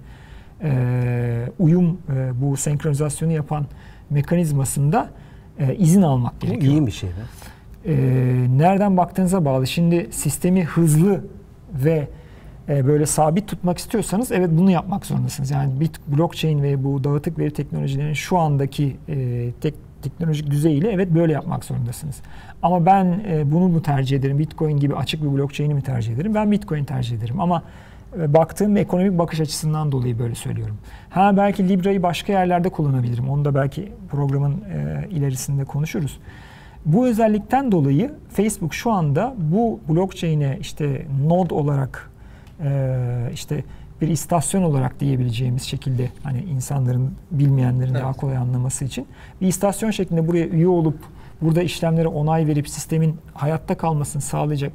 uyum, bu senkronizasyonu yapan mekanizmasında izin almak gerekiyor. Bu iyi bir şey mi? Nereden baktığınıza bağlı. Şimdi sistemi hızlı ve böyle sabit tutmak istiyorsanız evet bunu yapmak zorundasınız. Yani blockchain ve bu dağıtık veri teknolojilerinin şu andaki teknolojik düzeyiyle evet böyle yapmak zorundasınız. Ama ben bunu mu tercih ederim? Bitcoin gibi açık bir blockchain'i mi tercih ederim? Ben Bitcoin tercih ederim. Ama baktığım ekonomik bakış açısından dolayı böyle söylüyorum. Belki Libra'yı başka yerlerde kullanabilirim. Onu da belki programın ilerisinde konuşuruz. Bu özellikten dolayı Facebook şu anda bu blockchain'e işte node olarak işte bir istasyon olarak diyebileceğimiz şekilde, hani insanların, bilmeyenlerin daha kolay anlaması için bir istasyon şeklinde buraya üye olup burada işlemlere onay verip sistemin hayatta kalmasını sağlayacak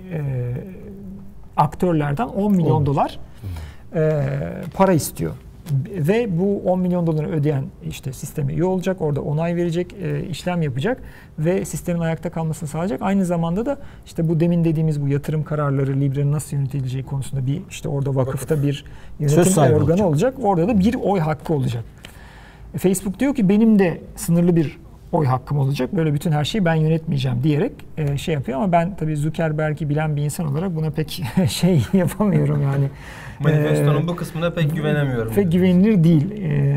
aktörlerden 10 milyon dolar para istiyor. Ve bu 10 milyon doları ödeyen işte sisteme üye olacak, orada onay verecek, işlem yapacak ve sistemin ayakta kalmasını sağlayacak. Aynı zamanda da işte bu demin dediğimiz bu yatırım kararları, Libra'nın nasıl yönetileceği konusunda bir işte orada vakıfta bir yönetim organı olacak. Orada da bir oy hakkı olacak. Facebook diyor ki benim de sınırlı bir oy hakkım olacak. Böyle bütün her şeyi ben yönetmeyeceğim diyerek şey yapıyor ama ben tabii Zuckerberg'i bilen bir insan olarak buna pek şey yapamıyorum yani. Manifestonun bu kısmına pek güvenemiyorum. Pek güvenilir değil.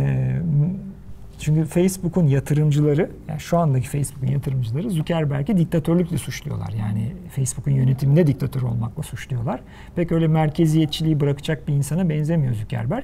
Çünkü Facebook'un yatırımcıları, yani şu andaki Facebook'un yatırımcıları Zuckerberg'i diktatörlükle suçluyorlar. Yani Facebook'un yönetiminde diktatör olmakla suçluyorlar. Pek öyle merkeziyetçiliği bırakacak bir insana benzemiyor Zuckerberg.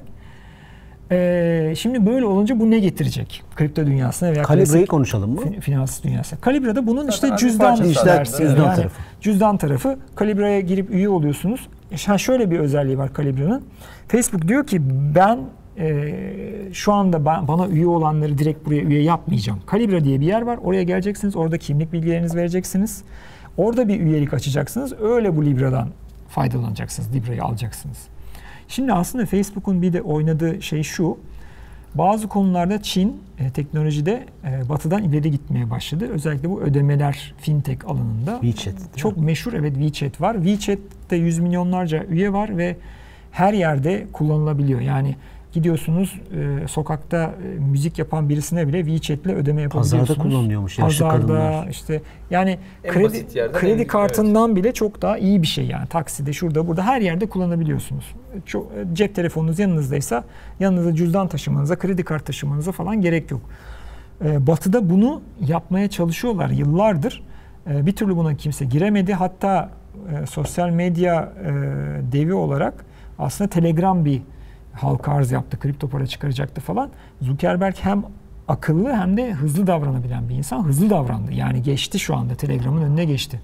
Şimdi böyle olunca bu ne getirecek kripto dünyasına veya Kalibra'yı konuşalım mı? Finans dünyasına. Kalibra'da bunun işte cüzdan tarafı. Cüzdan tarafı. Kalibra'ya girip üye oluyorsunuz. Şöyle bir özelliği var Kalibra'nın. Facebook diyor ki ben şu anda bana üye olanları direkt buraya üye yapmayacağım. Kalibra diye bir yer var. Oraya geleceksiniz. Orada kimlik bilgilerinizi vereceksiniz. Orada bir üyelik açacaksınız. Öyle bu Libra'dan faydalanacaksınız. Libra'yı alacaksınız. Şimdi aslında Facebook'un bir de oynadığı şey şu. Bazı konularda Çin teknolojide batıdan ileri gitmeye başladı. Özellikle bu ödemeler fintech alanında. WeChat. Çok meşhur, evet, WeChat var. WeChat'te 100 milyonlarca üye var ve her yerde kullanılabiliyor. Yani gidiyorsunuz sokakta müzik yapan birisine bile WeChat'le ödeme yapabiliyorsunuz. Pazarda kullanılıyormuş yaşlı kadınlar. kadınlar. İşte yani kredi kartından bile çok daha iyi bir şey yani. Takside, şurada, burada her yerde kullanabiliyorsunuz. Cep telefonunuz yanınızdaysa yanınızda cüzdan taşımanıza, kredi kart taşımanıza falan gerek yok. Batı'da bunu yapmaya çalışıyorlar yıllardır. Bir türlü buna kimse giremedi. Hatta sosyal medya devi olarak aslında Telegram bir halka arz yaptı, kripto para çıkaracaktı falan. Zuckerberg hem akıllı hem de hızlı davranabilen bir insan. Hızlı davrandı. Yani geçti şu anda. Telegram'ın önüne geçti.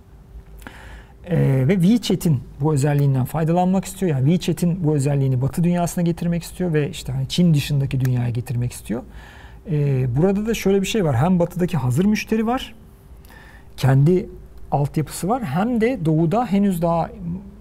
Ve WeChat'in bu özelliğinden faydalanmak istiyor. Yani WeChat'in bu özelliğini Batı dünyasına getirmek istiyor ve işte hani Çin dışındaki dünyaya getirmek istiyor. Burada da şöyle bir şey var. Hem Batı'daki hazır müşteri var. Kendi altyapısı var. Hem de Doğu'da henüz daha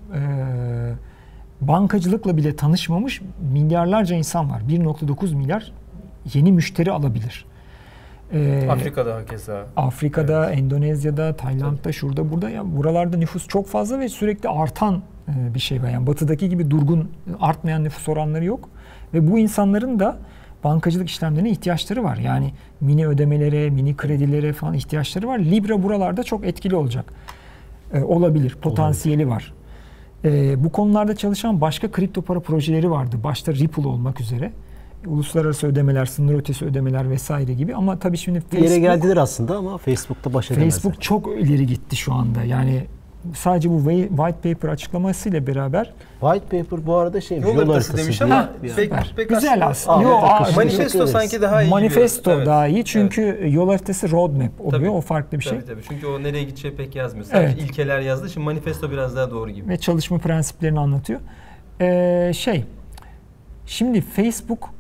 bankacılıkla bile tanışmamış milyarlarca insan var. 1.9 milyar yeni müşteri alabilir. Afrika'da hakeza. Afrika'da, evet. Endonezya'da, Tayland'da, şurada, burada. Yani buralarda nüfus çok fazla ve sürekli artan bir şey var. Yani Batı'daki gibi durgun, artmayan nüfus oranları yok. Ve bu insanların da bankacılık işlemlerine ihtiyaçları var. Yani mini ödemelere, mini kredilere falan ihtiyaçları var. Libra buralarda çok etkili olacak. Olabilir. Potansiyeli var. Bu konularda çalışan başka kripto para projeleri vardı. Başta Ripple olmak üzere. Uluslararası ödemeler, sınır ötesi ödemeler vesaire gibi. Ama tabii şimdi Facebook... Bir yere geldiler aslında ama Facebook'ta baş edemezler. Facebook çok ileri gitti şu anda. Yani sadece bu white paper açıklamasıyla beraber... White paper bu arada yol haritası demiş ama pek güzel aslında. Manifesto sanki daha iyi. Manifesto daha iyi çünkü yol haritası roadmap oluyor. Tabii, o farklı bir şey. Tabii. Çünkü o nereye gideceği pek yazmıyor. Sadece ilkeler yazdı. Şimdi manifesto biraz daha doğru gibi. Ve çalışma prensiplerini anlatıyor. Şimdi Facebook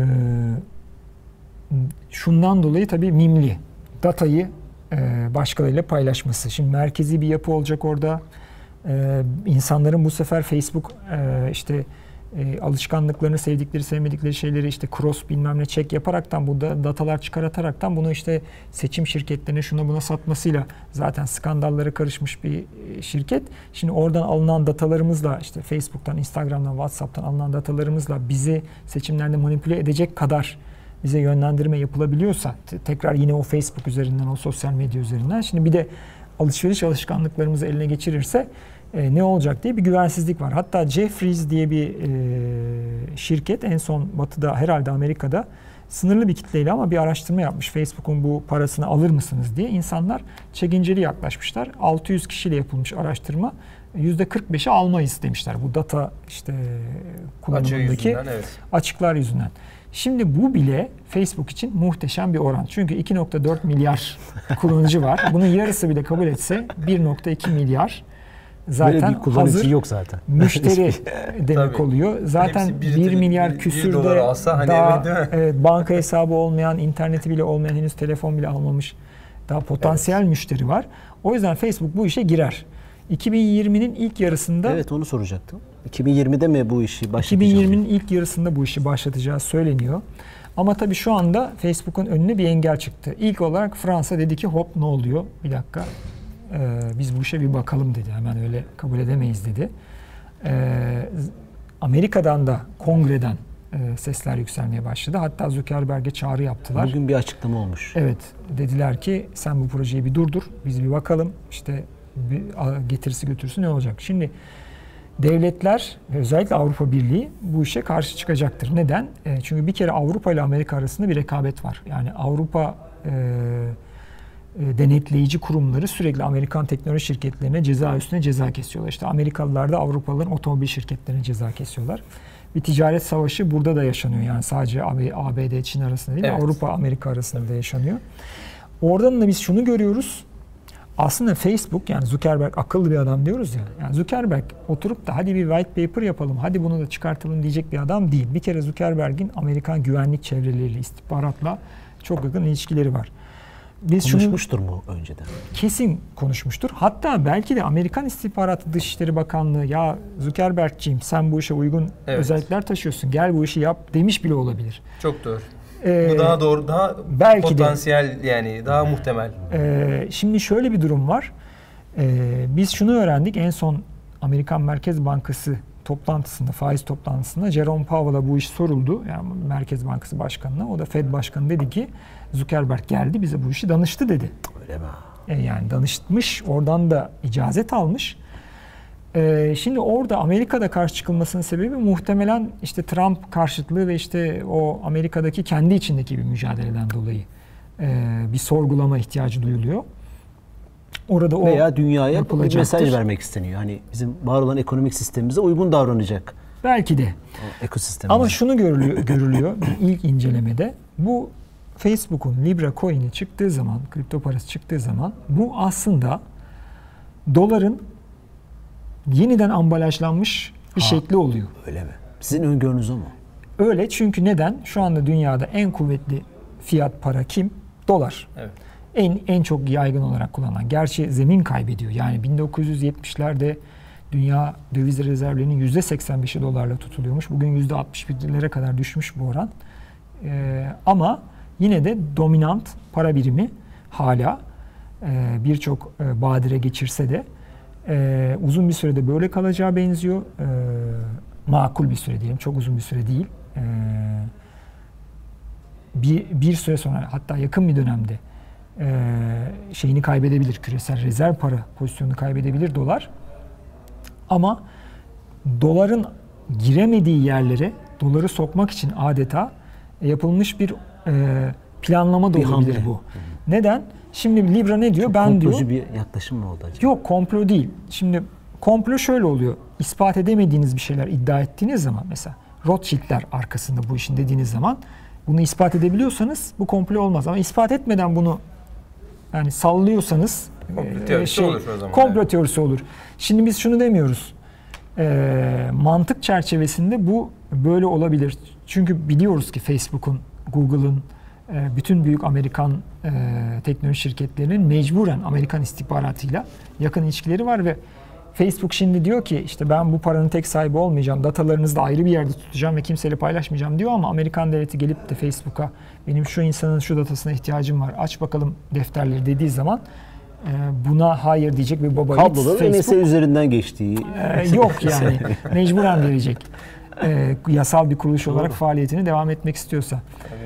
şundan dolayı tabii mimli. Datayı başkalarıyla paylaşması. Şimdi merkezi bir yapı olacak orada. İnsanların bu sefer Facebook alışkanlıklarını, sevdikleri, sevmedikleri şeyleri işte cross bilmem ne check yaparaktan, bu da datalar çıkartaraktan bunu işte seçim şirketlerine şuna buna satmasıyla zaten skandallara karışmış bir şirket. Şimdi oradan alınan datalarımızla işte Facebook'tan, Instagram'dan, WhatsApp'tan alınan datalarımızla bizi seçimlerde manipüle edecek kadar bize yönlendirme yapılabiliyorsa, tekrar yine o Facebook üzerinden, o sosyal medya üzerinden, şimdi bir de alışveriş alışkanlıklarımızı eline geçirirse ne olacak diye bir güvensizlik var. Hatta Jefferies diye bir şirket en son Batı'da, herhalde Amerika'da sınırlı bir kitleyle ama bir araştırma yapmış. Facebook'un bu parasını alır mısınız diye. İnsanlar çekinceli yaklaşmışlar. 600 kişiyle yapılmış araştırma. %45'i almayız demişler. Bu data işte kullanımındaki açıklar yüzünden. Şimdi bu bile Facebook için muhteşem bir oran. Çünkü 2.4 milyar kullanıcı var. Bunun yarısı bile kabul etse 1.2 milyar zaten bir hazır yok zaten. Müşteri demek oluyor. Zaten 1 milyar küsürde daha banka hesabı olmayan, interneti bile olmayan, henüz telefon bile almamış daha potansiyel müşteri var. O yüzden Facebook bu işe girer. 2020'nin ilk yarısında... Evet, onu soracaktım. 2020'de mi bu işi başlatacağız? 2020'nin ilk yarısında bu işi başlatacağı söyleniyor. Ama tabii şu anda Facebook'un önüne bir engel çıktı. İlk olarak Fransa dedi ki hop ne oluyor? Bir dakika. Biz bu işe bir bakalım dedi. Hemen öyle kabul edemeyiz dedi. Amerika'dan da kongreden sesler yükselmeye başladı. Hatta Zuckerberg'e çağrı yaptılar. Bugün bir açıklama olmuş. Evet. Dediler ki sen bu projeyi bir durdur. Biz bir bakalım. İşte bir getirisi götürüsü ne olacak? Şimdi devletler özellikle Avrupa Birliği bu işe karşı çıkacaktır. Neden? Çünkü bir kere Avrupa ile Amerika arasında bir rekabet var. Yani Avrupa denetleyici kurumları sürekli Amerikan teknoloji şirketlerine ceza üstüne ceza kesiyorlar. İşte Amerikalılar da Avrupalıların otomobil şirketlerine ceza kesiyorlar. Bir ticaret savaşı burada da yaşanıyor. Yani sadece ABD, Çin arasında değil, Avrupa, Amerika arasında da yaşanıyor. Oradan da biz şunu görüyoruz. Aslında Facebook, yani Zuckerberg akıllı bir adam diyoruz ya. Yani Zuckerberg oturup da hadi bir white paper yapalım, hadi bunu da çıkartalım diyecek bir adam değil. Bir kere Zuckerberg'in Amerikan güvenlik çevreleriyle, istihbaratla çok yakın ilişkileri var. Biz konuşmuştur mu önceden? Kesin konuşmuştur. Hatta belki de Amerikan İstihbaratı Dışişleri Bakanlığı ya Zuckerberg'ciğim sen bu işe uygun özellikler taşıyorsun, gel bu işi yap demiş bile olabilir. Çok doğru. Bu daha doğru, daha belki potansiyel de, yani daha muhtemel. Şimdi şöyle bir durum var. Biz şunu öğrendik en son Amerikan Merkez Bankası toplantısında, faiz toplantısında Jerome Powell'a bu iş soruldu. Yani Merkez Bankası Başkanı'na. O da Fed Başkanı dedi ki Zuckerberg geldi bize bu işi danıştı dedi. Öyle mi? Yani danışmış, oradan da icazet almış. Şimdi orada Amerika'da karşı çıkılmasının sebebi muhtemelen işte Trump karşıtlığı ve işte o Amerika'daki kendi içindeki bir mücadeleden dolayı bir sorgulama ihtiyacı duyuluyor. Orada o veya dünyaya bir mesaj vermek isteniyor. Hani bizim var olan ekonomik sistemimize uygun davranacak. Belki de. Ama şunu görülüyor ilk incelemede. Bu Facebook'un Libra coin'i çıktığı zaman, kripto parası çıktığı zaman bu aslında doların yeniden ambalajlanmış bir şekli oluyor. Öyle mi? Sizin öngörünüz o mu? Öyle, çünkü neden? Şu anda dünyada en kuvvetli fiyat para kim? Dolar. Evet. En çok yaygın olarak kullanılan. Gerçi zemin kaybediyor. Yani 1970'lerde dünya döviz rezervlerinin %85'i dolarla tutuluyormuş. Bugün %61'lere kadar düşmüş bu oran. Ama yine de dominant para birimi hala birçok badire geçirse de uzun bir sürede böyle kalacağı benziyor. Makul bir süre diyelim. Çok uzun bir süre değil. Bir süre sonra, hatta yakın bir dönemde şeyini kaybedebilir. Küresel rezerv para pozisyonunu kaybedebilir dolar. Ama doların giremediği yerlere doları sokmak için adeta yapılmış bir planlama da olabilir bu. Neden? Şimdi Libra ne diyor? Çok ben diyor. Komplocu bir yaklaşım mı oldu acaba? Yok, komplo değil. Şimdi komplo şöyle oluyor. İspat edemediğiniz bir şeyler iddia ettiğiniz zaman, mesela Rothschild'ler arkasında bu işin dediğiniz zaman, bunu ispat edebiliyorsanız bu komplo olmaz. Ama ispat etmeden bunu yani sallıyorsanız komplo teorisi olur. Şimdi biz şunu demiyoruz. Mantık çerçevesinde bu böyle olabilir. Çünkü biliyoruz ki Facebook'un, Google'ın, bütün büyük Amerikan teknoloji şirketlerinin mecburen Amerikan istihbaratıyla yakın ilişkileri var ve Facebook şimdi diyor ki işte ben bu paranın tek sahibi olmayacağım, datalarınızı da ayrı bir yerde tutacağım ve kimseyle paylaşmayacağım diyor, ama Amerikan devleti gelip de Facebook'a benim şu insanın şu datasına ihtiyacım var, aç bakalım defterleri dediği zaman buna hayır diyecek bir baba yiğit Facebook. NSA üzerinden geçtiği. Yok yani mecburen verecek. Yasal bir kuruluş olarak faaliyetini devam etmek istiyorsa.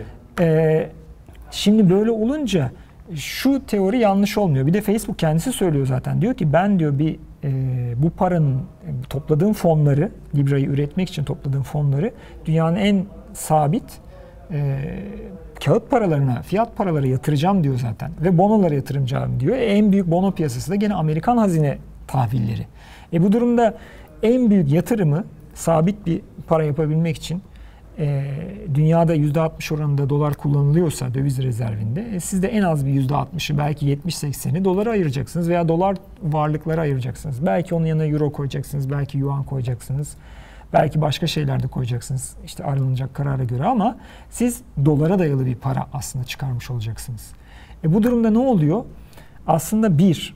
Şimdi böyle olunca şu teori yanlış olmuyor. Bir de Facebook kendisi söylüyor zaten. Diyor ki ben diyor bu paranın topladığım fonları, Libra'yı üretmek için topladığım fonları dünyanın en sabit kağıt paralarına, fiyat paraları yatıracağım diyor zaten ve bonolara yatıracağım diyor. En büyük bono piyasası da gene Amerikan hazine tahvilleri. Bu durumda en büyük yatırımı sabit bir para yapabilmek için dünyada %60 oranında dolar kullanılıyorsa döviz rezervinde siz de en az bir %60'ı belki 70-80'i dolara ayıracaksınız veya dolar varlıklara ayıracaksınız. Belki onun yanına euro koyacaksınız, belki yuan koyacaksınız. Belki başka şeyler de koyacaksınız işte ayrılacak karara göre ama siz dolara dayalı bir para aslında çıkarmış olacaksınız. Bu durumda ne oluyor? Aslında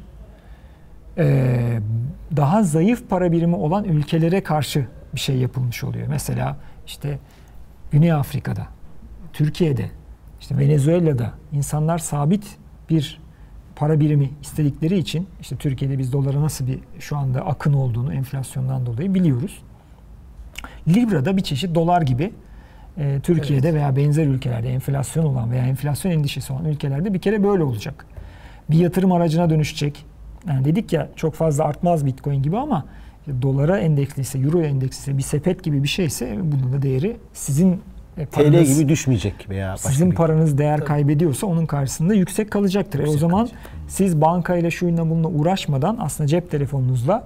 daha zayıf para birimi olan ülkelere karşı bir şey yapılmış oluyor. Mesela işte Güney Afrika'da, Türkiye'de, işte Venezuela'da insanlar sabit bir para birimi istedikleri için işte Türkiye'de biz dolara nasıl bir şu anda akın olduğunu enflasyondan dolayı biliyoruz. Libra'da bir çeşit dolar gibi Türkiye'de veya benzer ülkelerde enflasyon olan veya enflasyon endişesi olan ülkelerde bir kere böyle olacak. Bir yatırım aracına dönüşecek. Yani dedik ya çok fazla artmaz Bitcoin gibi ama dolara endeksliyse, euroya endeksliyse, bir sepet gibi bir şeyse bunun da değeri sizin TL gibi düşmeyecek veya sizin paranız değer kaybediyorsa onun karşısında yüksek kalacaktır. O zaman siz bankayla şuyla bununla uğraşmadan aslında cep telefonunuzla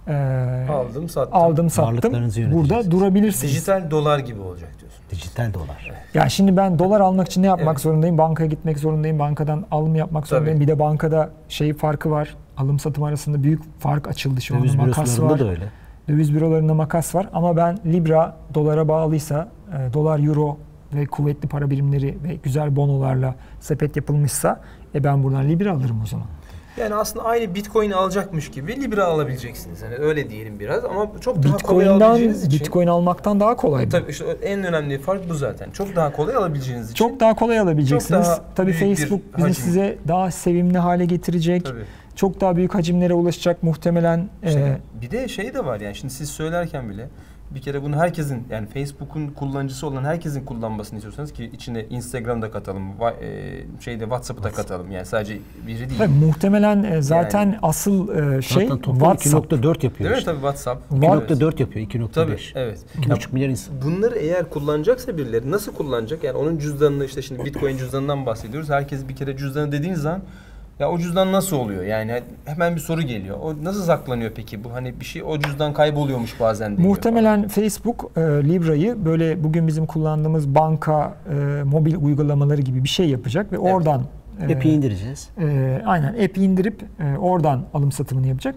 aldım sattım. Burada durabilirsiniz. Dijital dolar gibi olacak diyorsun. Dijital dolar. Yani şimdi ben dolar almak için ne yapmak zorundayım? Bankaya gitmek zorundayım. Bankadan alım yapmak zorundayım. Bir de bankada farkı var. Alım satım arasında büyük fark açıldı şu anda. Makas var. Da öyle. Döviz bürolarında makas var. Ama ben Libra dolara bağlıysa, dolar, euro ve kuvvetli para birimleri ve güzel bonolarla sepet yapılmışsa ben buradan Libra alırım o zaman. Yani aslında aynı Bitcoin alacakmış gibi Libra alabileceksiniz. Yani öyle diyelim biraz ama çok daha kolay alabileceğiniz için. Bitcoin almaktan daha kolay bu. Tabii işte en önemli fark bu zaten. Çok daha kolay alabileceğiniz için. Çok daha kolay alabileceksiniz. Tabii Facebook bizi size daha sevimli hale getirecek. Tabii. Çok daha büyük hacimlere ulaşacak muhtemelen. Bir de de var yani şimdi siz söylerken bile bir kere bunu herkesin yani Facebook'un kullanıcısı olan herkesin kullanmasını istiyorsanız ki içine Instagram'da katalım, WhatsApp'ı da katalım yani sadece biri değil. Tabii, muhtemelen zaten yani, asıl WhatsApp 2.4 yapıyor. Değil mi tabii WhatsApp? 2.4 yapıyor, 2.5. Tabii evet. 2.5 milyar insan. Bunları eğer kullanacaksa birileri nasıl kullanacak? Yani onun cüzdanını işte şimdi Bitcoin cüzdanından bahsediyoruz. Herkes bir kere cüzdanı dediğiniz zaman ya o cüzdan nasıl oluyor? Yani hemen bir soru geliyor. O nasıl saklanıyor peki? Bu hani bir şey o cüzdan kayboluyormuş bazen diyor. Muhtemelen Facebook Libra'yı böyle bugün bizim kullandığımız banka mobil uygulamaları gibi bir şey yapacak ve oradan app'i indireceğiz. Aynen app'i indirip oradan alım satımını yapacak.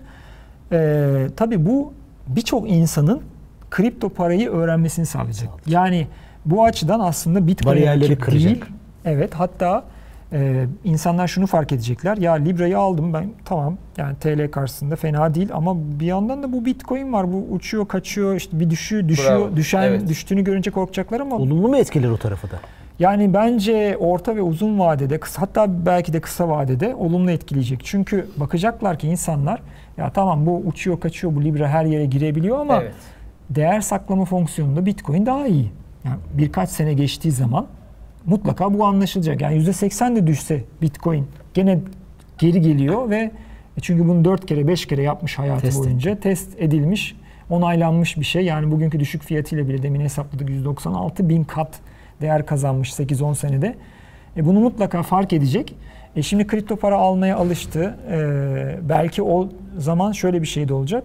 Tabii bu birçok insanın kripto parayı öğrenmesini sağlayacak. Yani bu açıdan aslında Bitcoin bariyerleri kıracak. Değil. Evet, hatta insanlar şunu fark edecekler. Ya Libra'yı aldım ben, tamam yani TL karşısında fena değil ama bir yandan da bu Bitcoin var. Bu uçuyor, kaçıyor, işte bir düşüyor, düştüğünü görünce korkacaklar ama olumlu mu etkiler o tarafı da? Yani bence orta ve uzun vadede, hatta belki de kısa vadede olumlu etkileyecek. Çünkü bakacaklar ki insanlar ya tamam bu uçuyor, kaçıyor, bu Libra her yere girebiliyor ama değer saklama fonksiyonunda Bitcoin daha iyi. Yani birkaç sene geçtiği zaman mutlaka bu anlaşılacak. Yani %80 de düşse Bitcoin gene geri geliyor ve çünkü bunu 4 kere 5 kere yapmış hayatı boyunca test edilmiş, onaylanmış bir şey. Yani bugünkü düşük fiyatıyla bile demin hesapladık 196.000 kat değer kazanmış 8-10 senede. Bunu mutlaka fark edecek. Şimdi kripto para almaya alıştı. Belki o zaman şöyle bir şey de olacak.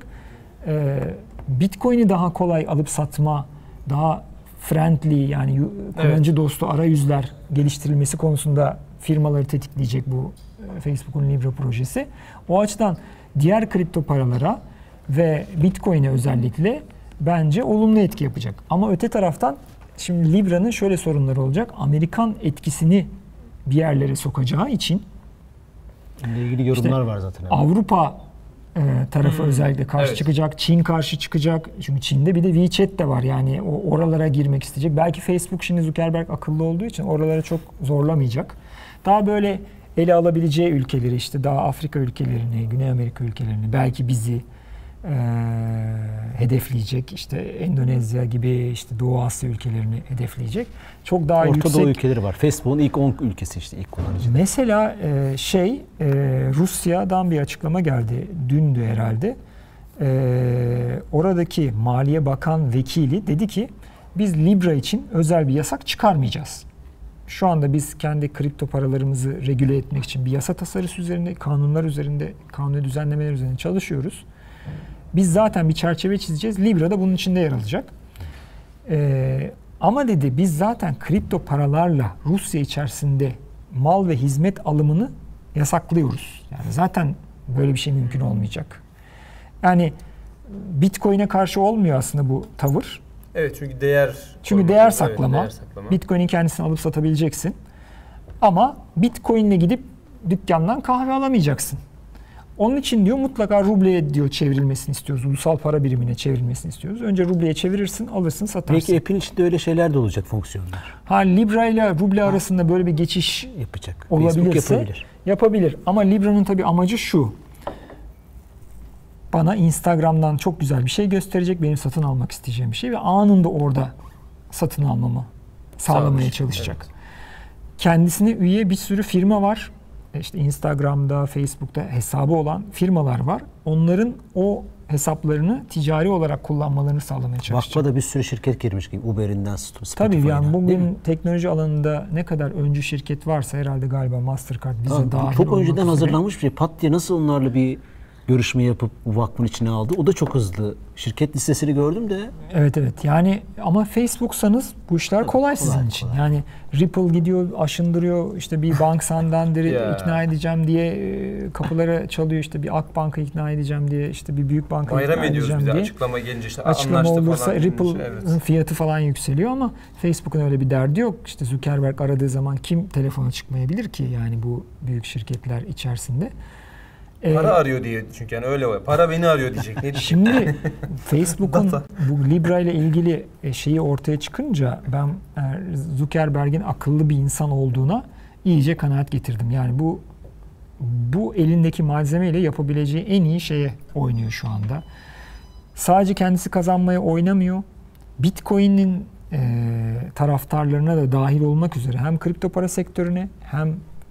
Bitcoin'i daha kolay alıp satma, daha friendly yani kullanıcı dostu arayüzler geliştirilmesi konusunda firmaları tetikleyecek bu Facebook'un Libra projesi. O açıdan diğer kripto paralara ve Bitcoin'e özellikle bence olumlu etki yapacak. Ama öte taraftan şimdi Libra'nın şöyle sorunları olacak. Amerikan etkisini bir yerlere sokacağı için ile ilgili yorumlar var zaten. Avrupa tarafı özellikle karşı çıkacak. Çin karşı çıkacak. Çünkü Çin'de bir de WeChat de var. Yani oralara girmek isteyecek. Belki Facebook şimdi Zuckerberg akıllı olduğu için oralara çok zorlamayacak. Daha böyle ele alabileceği ülkeleri işte daha Afrika ülkelerini, Güney Amerika ülkelerini, belki bizi hedefleyecek. İşte Endonezya gibi işte Doğu Asya ülkelerini hedefleyecek. Çok daha yüksek. Orta Doğu ülkeleri var. Facebook'un ilk 10 ülkesi işte ilk kullanıcı. Mesela Rusya'dan bir açıklama geldi. Dündü herhalde. Oradaki Maliye Bakan Vekili dedi ki biz Libra için özel bir yasak çıkarmayacağız. Şu anda biz kendi kripto paralarımızı regüle etmek için bir yasa tasarısı üzerinde, kanunlar üzerinde, kanuni düzenlemeler üzerinde çalışıyoruz. Biz zaten bir çerçeve çizeceğiz. Libra da bunun içinde yer alacak. Ama dedi biz zaten kripto paralarla Rusya içerisinde mal ve hizmet alımını yasaklıyoruz. Yani zaten böyle bir şey mümkün olmayacak. Yani Bitcoin'e karşı olmuyor aslında bu tavır. Evet, çünkü değer saklama. Evet, değer saklama. Bitcoin'in kendisini alıp satabileceksin. Ama Bitcoin'le gidip dükkandan kahve alamayacaksın. Onun için diyor mutlaka rubleye diyor çevrilmesini istiyoruz. Ulusal para birimine çevrilmesini istiyoruz. Önce rubleye çevirirsin, alırsın, satarsın. Belki app'in içinde öyle şeyler de olacak, fonksiyonlar. Libra ile ruble arasında böyle bir geçiş Yapacak. olabilirse yapabilir. Ama Libra'nın tabii amacı şu. Bana Instagram'dan çok güzel bir şey gösterecek, benim satın almak isteyeceğim bir şey ve anında orada satın almamı sağlamaya çalışacak. Evet. Kendisine üye bir sürü firma var. İşte Instagram'da, Facebook'ta hesabı olan firmalar var. Onların o hesaplarını ticari olarak kullanmalarını sağlamaya çalışacak. Vakfa da bir sürü şirket girmiş gibi. Uber'inden Spotify'dan. Tabii yani bugün teknoloji alanında ne kadar öncü şirket varsa herhalde galiba Mastercard bize dahil çok önceden üzere. hazırlanmış bir şey. Pat diye nasıl onlarla bir görüşme yapıp vakfın içine aldı. O da çok hızlı. Şirket listesini gördüm de. Evet. Yani ama Facebook'sanız bu işler kolay sizin için. Yani Ripple gidiyor, aşındırıyor. İşte bir bank Santander'i ikna edeceğim diye kapılara çalıyor. İşte bir Akbank'ı ikna edeceğim diye, işte bir büyük banka ikna edeceğim diye. Açıklama gelince işte açıklama olursa falan Ripple'ın fiyatı falan yükseliyor ama Facebook'un öyle bir derdi yok. İşte Zuckerberg aradığı zaman kim telefona çıkmayabilir ki yani bu büyük şirketler içerisinde. Para arıyor diye, çünkü yani öyle var. Para beni arıyor diyecek. Ne diyecek? Şimdi Facebook'un bu Libra ile ilgili şeyi ortaya çıkınca ben Zuckerberg'in akıllı bir insan olduğuna iyice kanaat getirdim. Yani bu elindeki malzemeyle yapabileceği en iyi şeye oynuyor şu anda. Sadece kendisi kazanmaya oynamıyor. Bitcoin'in taraftarlarına da dahil olmak üzere hem kripto para sektörüne hem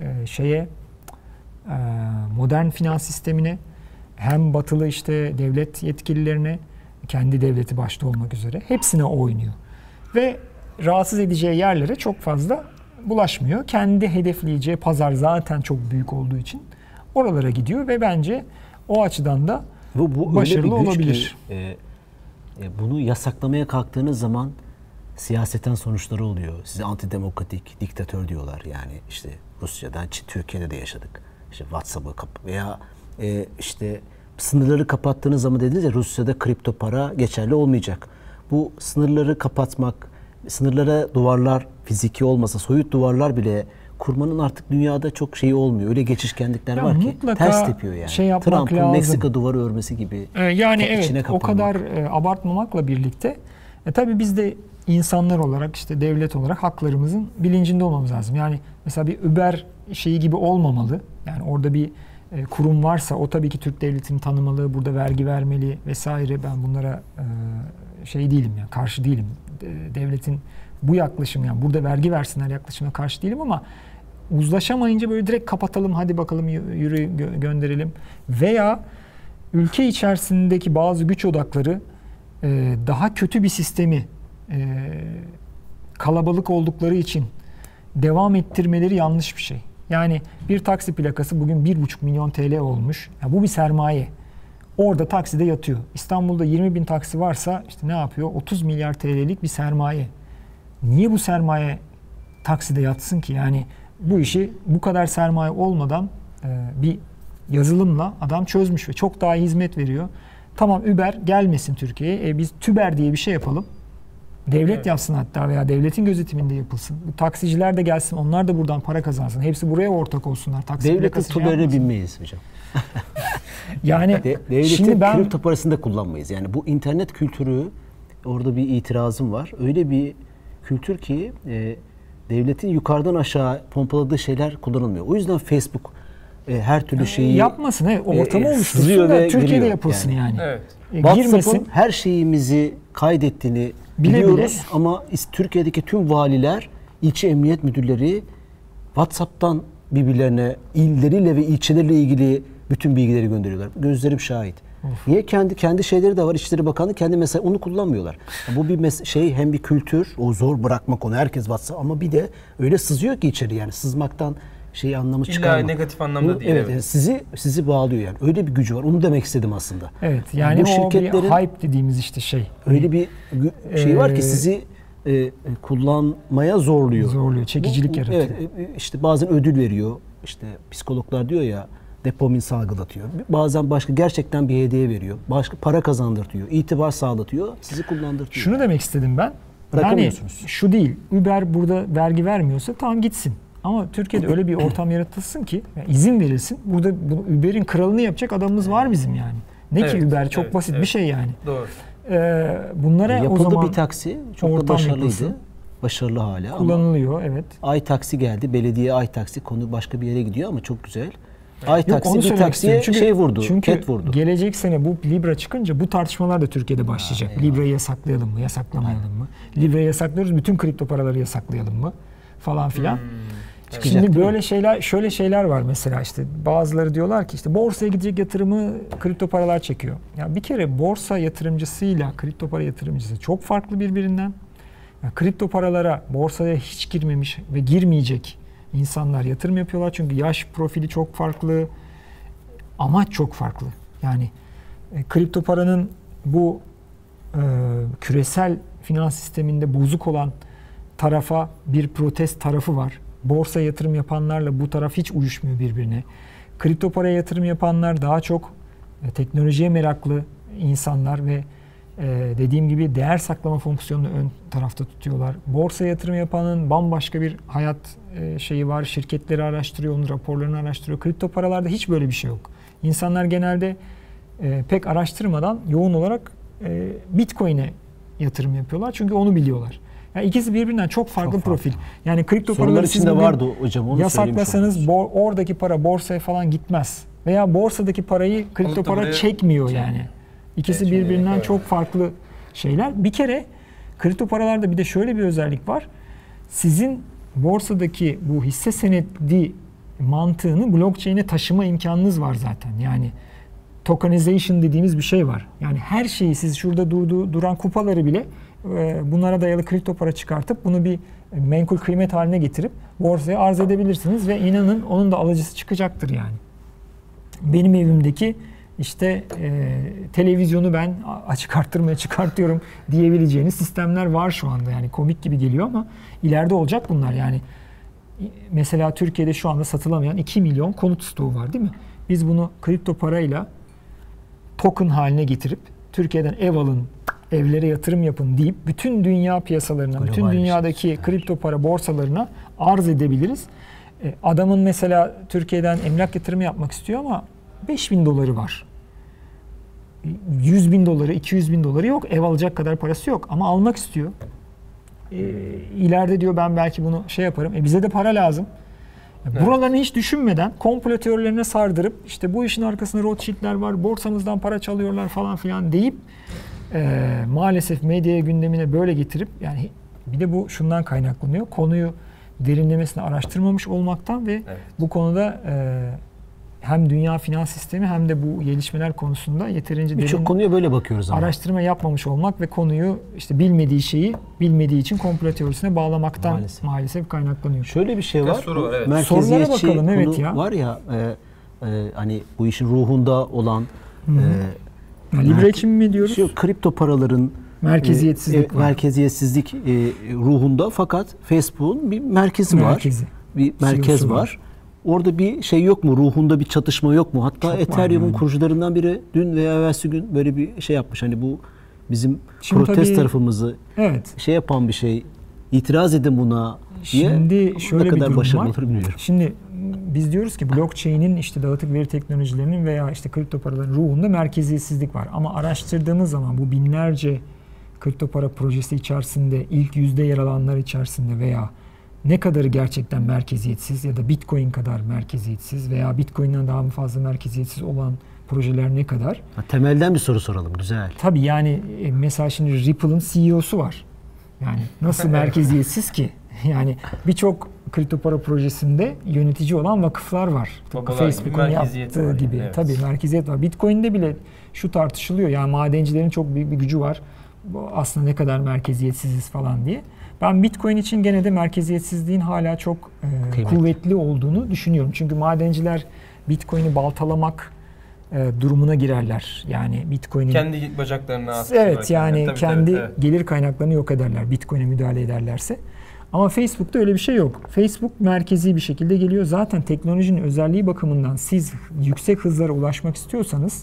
modern finans sistemine hem batılı işte devlet yetkililerine, kendi devleti başta olmak üzere hepsine oynuyor. Ve rahatsız edeceği yerlere çok fazla bulaşmıyor. Kendi hedefleyeceği pazar zaten çok büyük olduğu için oralara gidiyor ve bence o açıdan da bu başarılı olabilir. Ki, bunu yasaklamaya kalktığınız zaman siyaseten sonuçları oluyor. Size antidemokratik, diktatör diyorlar. Yani işte Rusya'dan Türkiye'de de yaşadık. İşte WhatsApp'ı veya işte sınırları kapattığınız zaman dediniz ya, Rusya'da kripto para geçerli olmayacak. Bu sınırları kapatmak, sınırlara duvarlar fiziki olmasa, soyut duvarlar bile kurmanın artık dünyada çok şeyi olmuyor. Öyle geçişkenlikler var ki ters tepiyor yani. Trump'ın Meksika duvarı örmesi gibi. Yani evet, o kadar abartmamakla birlikte tabii biz de insanlar olarak, işte devlet olarak haklarımızın bilincinde olmamız lazım. Yani mesela bir Uber şeyi gibi olmamalı. Yani orada bir kurum varsa o tabii ki Türk devletini tanımalı, burada vergi vermeli vesaire. Ben bunlara şey değilim, yani karşı değilim. Devletin bu yaklaşım, yani burada vergi versinler yaklaşımına karşı değilim ama uzlaşamayınca böyle direkt kapatalım, hadi bakalım yürü gönderelim. Veya ülke içerisindeki bazı güç odakları daha kötü bir sistemi kalabalık oldukları için devam ettirmeleri yanlış bir şey. Yani bir taksi plakası bugün 1,5 milyon TL olmuş. Yani bu bir sermaye. Orada takside yatıyor. İstanbul'da 20.000 taksi varsa işte ne yapıyor? 30 milyar TL'lik bir sermaye. Niye bu sermaye takside yatsın ki? Yani bu işi bu kadar sermaye olmadan bir yazılımla adam çözmüş ve çok daha iyi hizmet veriyor. Tamam, Uber gelmesin Türkiye'ye. Biz Tüber diye bir şey yapalım. Devlet yapsın hatta veya devletin gözetiminde yapılsın. Bu taksiciler de gelsin, onlar da buradan para kazansın. Hepsi buraya ortak olsunlar. Devletin Tüber'e binmeyiz hocam. Yani devletin şimdi kripto parasını da kullanmayız. Yani bu internet kültürü, orada bir itirazım var. Öyle bir kültür ki devletin yukarıdan aşağı pompaladığı şeyler kullanılmıyor. O yüzden Facebook her türlü şeyi yapmasın, ortamı oluştursun da Türkiye'de yapılsın yani. Evet. WhatsApp'ın her şeyimizi kaydettiğini biliyoruz ama Türkiye'deki tüm valiler, ilçe emniyet müdürleri WhatsApp'tan birbirlerine illeriyle ve ilçelerle ilgili bütün bilgileri gönderiyorlar. Gözlerim şahit. Niye kendi şeyleri de var. İçişleri Bakanlığı kendi mesela onu kullanmıyorlar. Bu bir hem bir kültür, o zor bırakmak onu herkes batsa ama bir de öyle sızıyor ki içeri yani sızmaktan anlamı çıkarmak. İlla negatif anlamda değil. Evet. Yani sizi bağlıyor yani. Öyle bir gücü var. Onu demek istedim aslında. Evet. Yani bu o bir hype dediğimiz işte şey. Öyle bir şey var ki sizi kullanmaya zorluyor. Zorluyor. Çekicilik yaratıyor. Evet. İşte bazen ödül veriyor. İşte psikologlar diyor ya, dopamin salgılatıyor. Bazen başka gerçekten bir hediye veriyor. Başka para kazandırtıyor. İtibar sağlatıyor. Sizi kullandırtıyor. Şunu demek istedim ben. Yani şu değil. Uber burada vergi vermiyorsa tamam gitsin. Ama Türkiye'de öyle bir ortam yaratılsın ki yani izin verilsin. Burada Uber'in kralını yapacak adamımız var bizim yani. Ne ki Uber çok basit bir şey yani. Doğru. Bunlara yapıldı o zaman bir taksi çok da başarılıydı. Yapılsın. Başarılı hala. Kullanılıyor evet. Ay taksi geldi. Belediye ay taksi konu başka bir yere gidiyor ama çok güzel. Ay taksi onu bir taksiye vurdu. Çünkü ket vurdu. Gelecek sene bu Libra çıkınca bu tartışmalar da Türkiye'de başlayacak. Libra'yı yasaklayalım mı, yasaklamayalım mı? Libra'yı yasaklıyoruz, bütün kripto paraları yasaklayalım mı? Falan filan. Şimdi böyle şeyler, şöyle şeyler var mesela işte bazıları diyorlar ki işte borsaya gidecek yatırımı kripto paralar çekiyor. Ya bir kere borsa yatırımcısıyla kripto para yatırımcısı çok farklı birbirinden. Yani kripto paralara, borsaya hiç girmemiş ve girmeyecek insanlar yatırım yapıyorlar çünkü yaş profili çok farklı, amaç çok farklı. Yani kripto paranın bu küresel finans sisteminde bozuk olan tarafa bir protest tarafı var. Borsa yatırım yapanlarla bu taraf hiç uyuşmuyor birbirine. Kripto paraya yatırım yapanlar daha çok teknolojiye meraklı insanlar ve dediğim gibi değer saklama fonksiyonunu ön tarafta tutuyorlar. Borsa yatırım yapanın bambaşka bir hayat şeyi var. Şirketleri araştırıyor, onun raporlarını araştırıyor. Kripto paralarda hiç böyle bir şey yok. İnsanlar genelde pek araştırmadan yoğun olarak Bitcoin'e yatırım yapıyorlar. Çünkü onu biliyorlar. Yani ikisi birbirinden çok farklı profil. Yani kripto paraları siz vardı hocam, onu yasaklasanız oradaki para borsaya falan gitmez. Veya borsadaki parayı kripto para çekmiyor yani. İkisi birbirinden çok farklı şeyler. Bir kere kripto paralarda bir de şöyle bir özellik var. Sizin borsadaki bu hisse senedi mantığını blockchain'e taşıma imkanınız var zaten. Yani tokenization dediğimiz bir şey var. Yani her şeyi siz şurada duran kupaları bile bunlara dayalı kripto para çıkartıp bunu bir menkul kıymet haline getirip borsaya arz edebilirsiniz ve inanın onun da alıcısı çıkacaktır yani. Benim evimdeki işte televizyonu ben açık arttırmaya çıkartıyorum diyebileceğiniz sistemler var şu anda. Yani komik gibi geliyor ama ileride olacak bunlar. Yani mesela Türkiye'de şu anda satılamayan 2 milyon konut stoğu var değil mi? Biz bunu kripto parayla token haline getirip Türkiye'den ev alın, evlere yatırım yapın deyip bütün dünya piyasalarına, bütün dünyadaki kripto para borsalarına arz edebiliriz. Adamın mesela Türkiye'den emlak yatırımı yapmak istiyor ama $5.000 var. $100.000, $200.000 yok. Ev alacak kadar parası yok ama almak istiyor. İleride diyor ben belki bunu yaparım. Bize de para lazım. Buralarını hiç düşünmeden komplo teorilerine sardırıp işte bu işin arkasında Rothschild'ler var, borsamızdan para çalıyorlar falan filan deyip maalesef medyaya gündemine böyle getirip yani bir de bu şundan kaynaklanıyor. Konuyu derinlemesine araştırmamış olmaktan ve bu konuda hem dünya finans sistemi hem de bu gelişmeler konusunda yeterince derin konuya böyle bakıyoruz ama. Araştırma yapmamış olmak ve konuyu işte bilmediği şeyi bilmediği için komplo teorisine bağlamaktan maalesef kaynaklanıyor. Şöyle bir şey var. Sorulara bakalım evet ya. Var ya hani bu işin ruhunda olan Libra için mi diyoruz? Kripto paraların merkeziyetsizlik ruhunda fakat Facebook'un bir merkezi var. Bir merkez var. Orada bir şey yok mu? Ruhunda bir çatışma yok mu? Hatta Ethereum'un kurucularından biri dün veya evvelsi gün böyle bir şey yapmış. Hani bu bizim protest tarafımızı yapan bir şey. İtiraz edin buna diye. Şimdi şöyle ne kadar bir başarılı durum olur bilmiyorum. Şimdi biz diyoruz ki blockchain'in işte dağıtık veri teknolojilerinin veya işte kripto paraların ruhunda merkeziyetsizlik var. Ama araştırdığımız zaman bu binlerce kripto para projesi içerisinde ilk yüzde yer alanlar içerisinde veya ne kadarı gerçekten merkeziyetsiz ya da Bitcoin kadar merkeziyetsiz veya Bitcoin'den daha mı fazla merkeziyetsiz olan projeler ne kadar? Temelden bir soru soralım. Güzel. Tabii yani mesela şimdi Ripple'ın CEO'su var. Yani nasıl merkeziyetsiz ki? Yani birçok kripto para projesinde yönetici olan vakıflar var. Tıpkı Babalar gibi Facebook'un merkeziyet yaptığı var gibi. yani, evet. Tabii merkeziyet var. Bitcoin'de bile şu tartışılıyor. Yani madencilerin çok büyük bir gücü var. Bu aslında ne kadar merkeziyetsiziz falan diye. Ben Bitcoin için gene de merkeziyetsizliğin hala çok kuvvetli olduğunu düşünüyorum. Çünkü madenciler Bitcoin'i baltalamak durumuna girerler. Yani Bitcoin'in Kendi bacaklarına evet yani tabii, kendi evet. gelir kaynaklarını yok ederler Bitcoin'e müdahale ederlerse. Ama Facebook'ta öyle bir şey yok. Facebook merkezi bir şekilde geliyor. Zaten teknolojinin özelliği bakımından siz yüksek hızlara ulaşmak istiyorsanız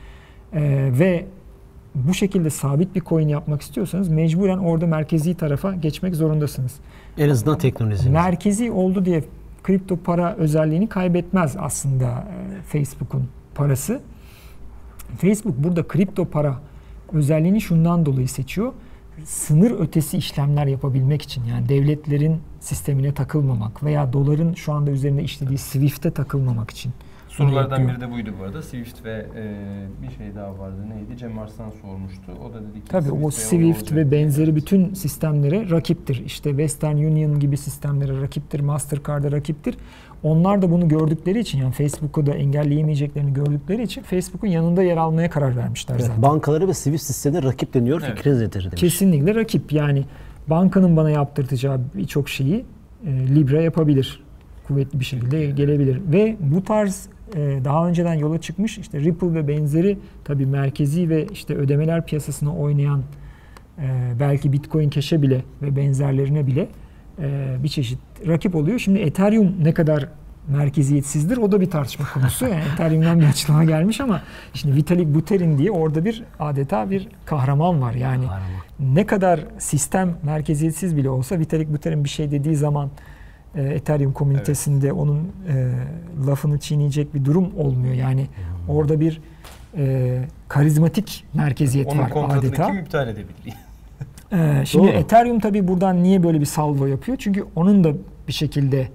ve bu şekilde sabit bir coin yapmak istiyorsanız mecburen orada merkezi tarafa geçmek zorundasınız. En azından teknoloji. Merkezi oldu diye kripto para özelliğini kaybetmez aslında Facebook'un parası. Facebook burada kripto para özelliğini şundan dolayı seçiyor. Sınır ötesi işlemler yapabilmek için, yani devletlerin sistemine takılmamak veya doların şu anda üzerinde işlediği Swift'e takılmamak için. Sorulardan biri de buydu bu arada. Swift ve bir şey daha vardı. Neydi? Cem Arslan sormuştu. O da dedi ki tabii o Swift ve benzeri bütün sistemlere rakiptir. İşte Western Union gibi sistemlere rakiptir. Mastercard'a rakiptir. Onlar da bunu gördükleri için, yani Facebook'u da engelleyemeyeceklerini gördükleri için Facebook'un yanında yer almaya karar vermişler zaten. Bankaları ve Swift sistemine rakip deniyor. Evet. Fikriniz nedir demiş. Kesinlikle rakip. Yani bankanın bana yaptırtacağı birçok şeyi Libra yapabilir. Kuvvetli bir şekilde gelebilir. Ve bu tarz daha önceden yola çıkmış işte Ripple ve benzeri tabii merkezi ve işte ödemeler piyasasına oynayan belki Bitcoin Cash'e bile ve benzerlerine bile bir çeşit rakip oluyor. Şimdi Ethereum ne kadar merkeziyetsizdir o da bir tartışma konusu. Yani Ethereum'dan bir açıklama gelmiş ama şimdi Vitalik Buterin diye orada bir adeta bir kahraman var. Yani ne kadar sistem merkeziyetsiz bile olsa Vitalik Buterin bir şey dediği zaman Ethereum komünitesinde onun lafını çiğneyecek bir durum olmuyor. Yani orada bir karizmatik merkeziyet onun var kontratını adeta. kim iptal edebilir? Şimdi Doğru. Ethereum tabii buradan niye böyle bir salvo yapıyor? Çünkü onun da bir şekilde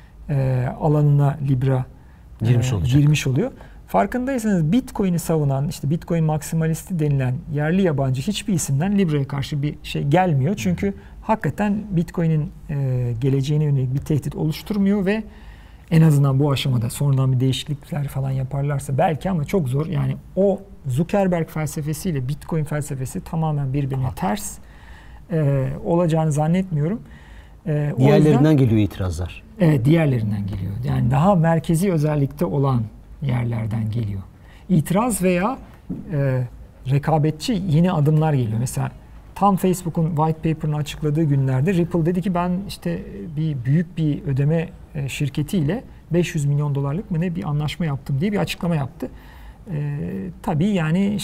alanına Libra girmiş oluyor. Farkındaysanız Bitcoin'i savunan, işte Bitcoin maksimalisti denilen yerli yabancı hiçbir isimden Libra'ya karşı bir şey gelmiyor. Çünkü hakikaten Bitcoin'in geleceğine yönelik bir tehdit oluşturmuyor ve en azından bu aşamada sonradan bir değişiklikler falan yaparlarsa belki, ama çok zor. Yani o Zuckerberg felsefesiyle Bitcoin felsefesi tamamen birbirine ters olacağını zannetmiyorum. Diğerlerinden geliyor itirazlar. Evet, diğerlerinden geliyor. Yani daha merkezi özellikte olan yerlerden geliyor. İtiraz veya rekabetçi yeni adımlar geliyor. Mesela tam Facebook'un white paper'ını açıkladığı günlerde Ripple dedi ki ben işte büyük bir ödeme şirketiyle 500 milyon dolarlık mı ne bir anlaşma yaptım diye bir açıklama yaptı. Tabii yani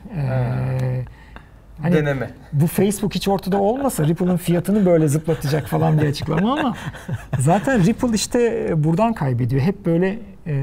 hani deneme. bu Facebook hiç ortada olmasa Ripple'ın fiyatını böyle zıplatacak falan bir açıklama ama zaten Ripple işte buradan kaybediyor. Hep böyle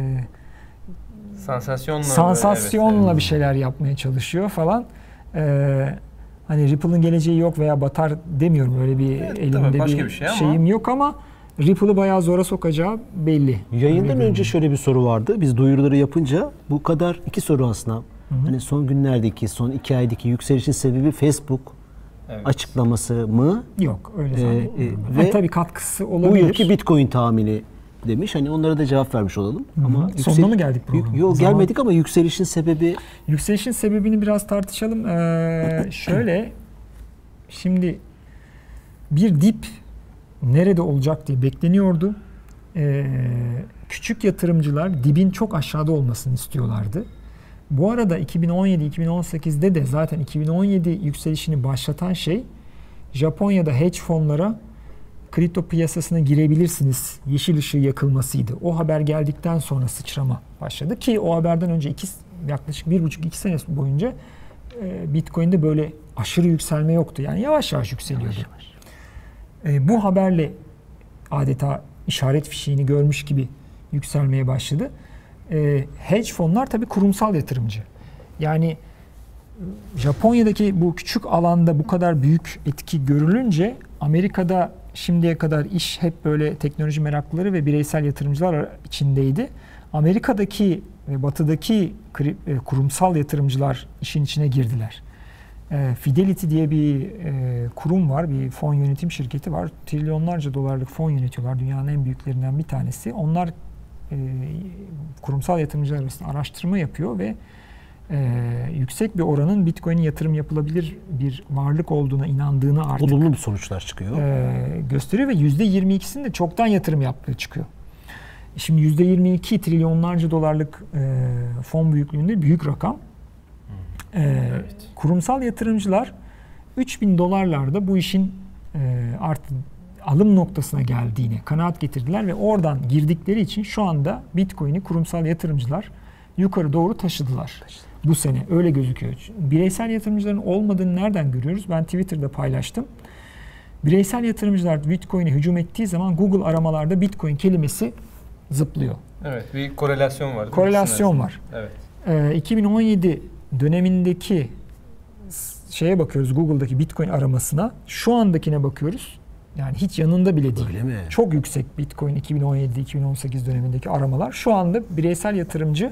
sansasyonla bir şeyler yapmaya çalışıyor falan. Hani Ripple'ın geleceği yok veya batar demiyorum. Öyle bir elimde bir şeyim yok ama Ripple'ı bayağı zora sokacağı belli. Yayından önce şöyle bir soru vardı. Biz duyuruları yapınca bu kadar iki soru aslında. Hani son günlerdeki, son 2 aydaki yükselişin sebebi Facebook açıklaması mı? Yok, öyle zannetmiyorum. Ve tabii katkısı olabilir. Bu yılki Bitcoin tahmini demiş. Hani onlara da cevap vermiş olalım. Ama sonuna mı geldik programa? Yok, gelmedik ama yükselişin sebebi... Yükselişin sebebini biraz tartışalım. Şöyle, şimdi bir dip nerede olacak diye bekleniyordu. Küçük yatırımcılar dibin çok aşağıda olmasını istiyorlardı. Bu arada 2017-2018'de de zaten 2017 yükselişini başlatan şey Japonya'da hedge fonlara kripto piyasasına girebilirsiniz yeşil ışığı yakılmasıydı. O haber geldikten sonra sıçrama başladı ki o haberden önce yaklaşık 1,5-2 sene boyunca Bitcoin'de böyle aşırı yükselme yoktu. Yani yavaş yavaş yükseliyordu. Bu haberle adeta işaret fişeğini görmüş gibi yükselmeye başladı. Hedge fonlar tabii kurumsal yatırımcı. Yani Japonya'daki bu küçük alanda bu kadar büyük etki görülünce Amerika'da şimdiye kadar iş hep böyle teknoloji meraklıları ve bireysel yatırımcılar içindeydi. Amerika'daki ve batıdaki kurumsal yatırımcılar işin içine girdiler. Fidelity diye bir kurum var, bir fon yönetim şirketi var. Trilyonlarca dolarlık fon yönetiyorlar. Dünyanın en büyüklerinden bir tanesi. Onlar kurumsal yatırımcılar arasında araştırma yapıyor ve yüksek bir oranın Bitcoin'in yatırım yapılabilir bir varlık olduğuna inandığını artık olumlu bir sonuçlar çıkıyor. Gösteriyor ve %22'sinin de çoktan yatırım yaptığı çıkıyor. Şimdi %22 trilyonlarca dolarlık fon büyüklüğünde büyük rakam. Evet. Kurumsal yatırımcılar 3000 dolarlarda bu işin artık alım noktasına geldiğine kanaat getirdiler ve oradan girdikleri için şu anda Bitcoin'i kurumsal yatırımcılar yukarı doğru taşıdılar. Bu sene öyle gözüküyor. Bireysel yatırımcıların olmadığını nereden görüyoruz? Ben Twitter'da paylaştım. Bireysel yatırımcılar Bitcoin'e hücum ettiği zaman Google aramalarda Bitcoin kelimesi zıplıyor. Evet, bir korelasyon var. Korelasyon var. Evet. 2017 dönemindeki şeye bakıyoruz, Google'daki Bitcoin aramasına. Şu andakine bakıyoruz. Yani hiç yanında bile değil. Öyle mi? Çok yüksek Bitcoin 2017-2018 dönemindeki aramalar. Şu anda bireysel yatırımcı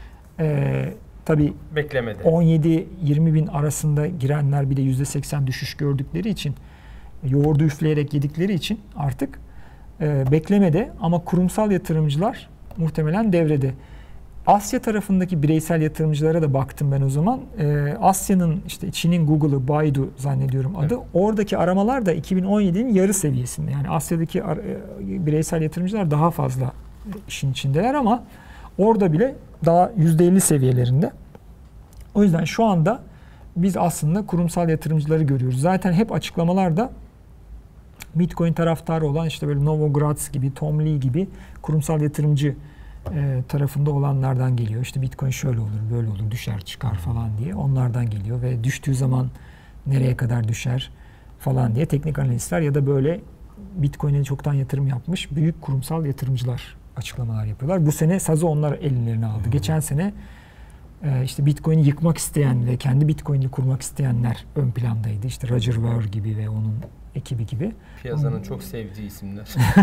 tabii Beklemede. 17-20 bin arasında girenler bir de %80 düşüş gördükleri için, yoğurdu üfleyerek yedikleri için artık beklemede, ama kurumsal yatırımcılar muhtemelen devrede. Asya tarafındaki bireysel yatırımcılara da baktım ben o zaman. Asya'nın, işte Çin'in Google'ı, Baidu zannediyorum adı. Evet. Oradaki aramalar da 2017'nin yarı seviyesinde. Yani Asya'daki bireysel yatırımcılar daha fazla işin içindeler ama orada bile daha %50 seviyelerinde. O yüzden şu anda biz aslında kurumsal yatırımcıları görüyoruz. Zaten hep açıklamalarda Bitcoin taraftarı olan işte böyle Novogratz gibi, Tom Lee gibi kurumsal yatırımcı tarafında olanlardan geliyor. İşte Bitcoin şöyle olur, böyle olur, düşer, çıkar falan diye onlardan geliyor ve düştüğü zaman nereye kadar düşer falan diye teknik analistler ya da böyle Bitcoin'e çoktan yatırım yapmış büyük kurumsal yatırımcılar açıklamalar yapıyorlar. Bu sene sazı onlar ellerine aldı. Geçen sene işte Bitcoin'i yıkmak isteyen ve kendi Bitcoin'i kurmak isteyenler ön plandaydı. İşte Roger Ver gibi ve onun ekibi gibi. Piyasanın çok sevdiği isimler.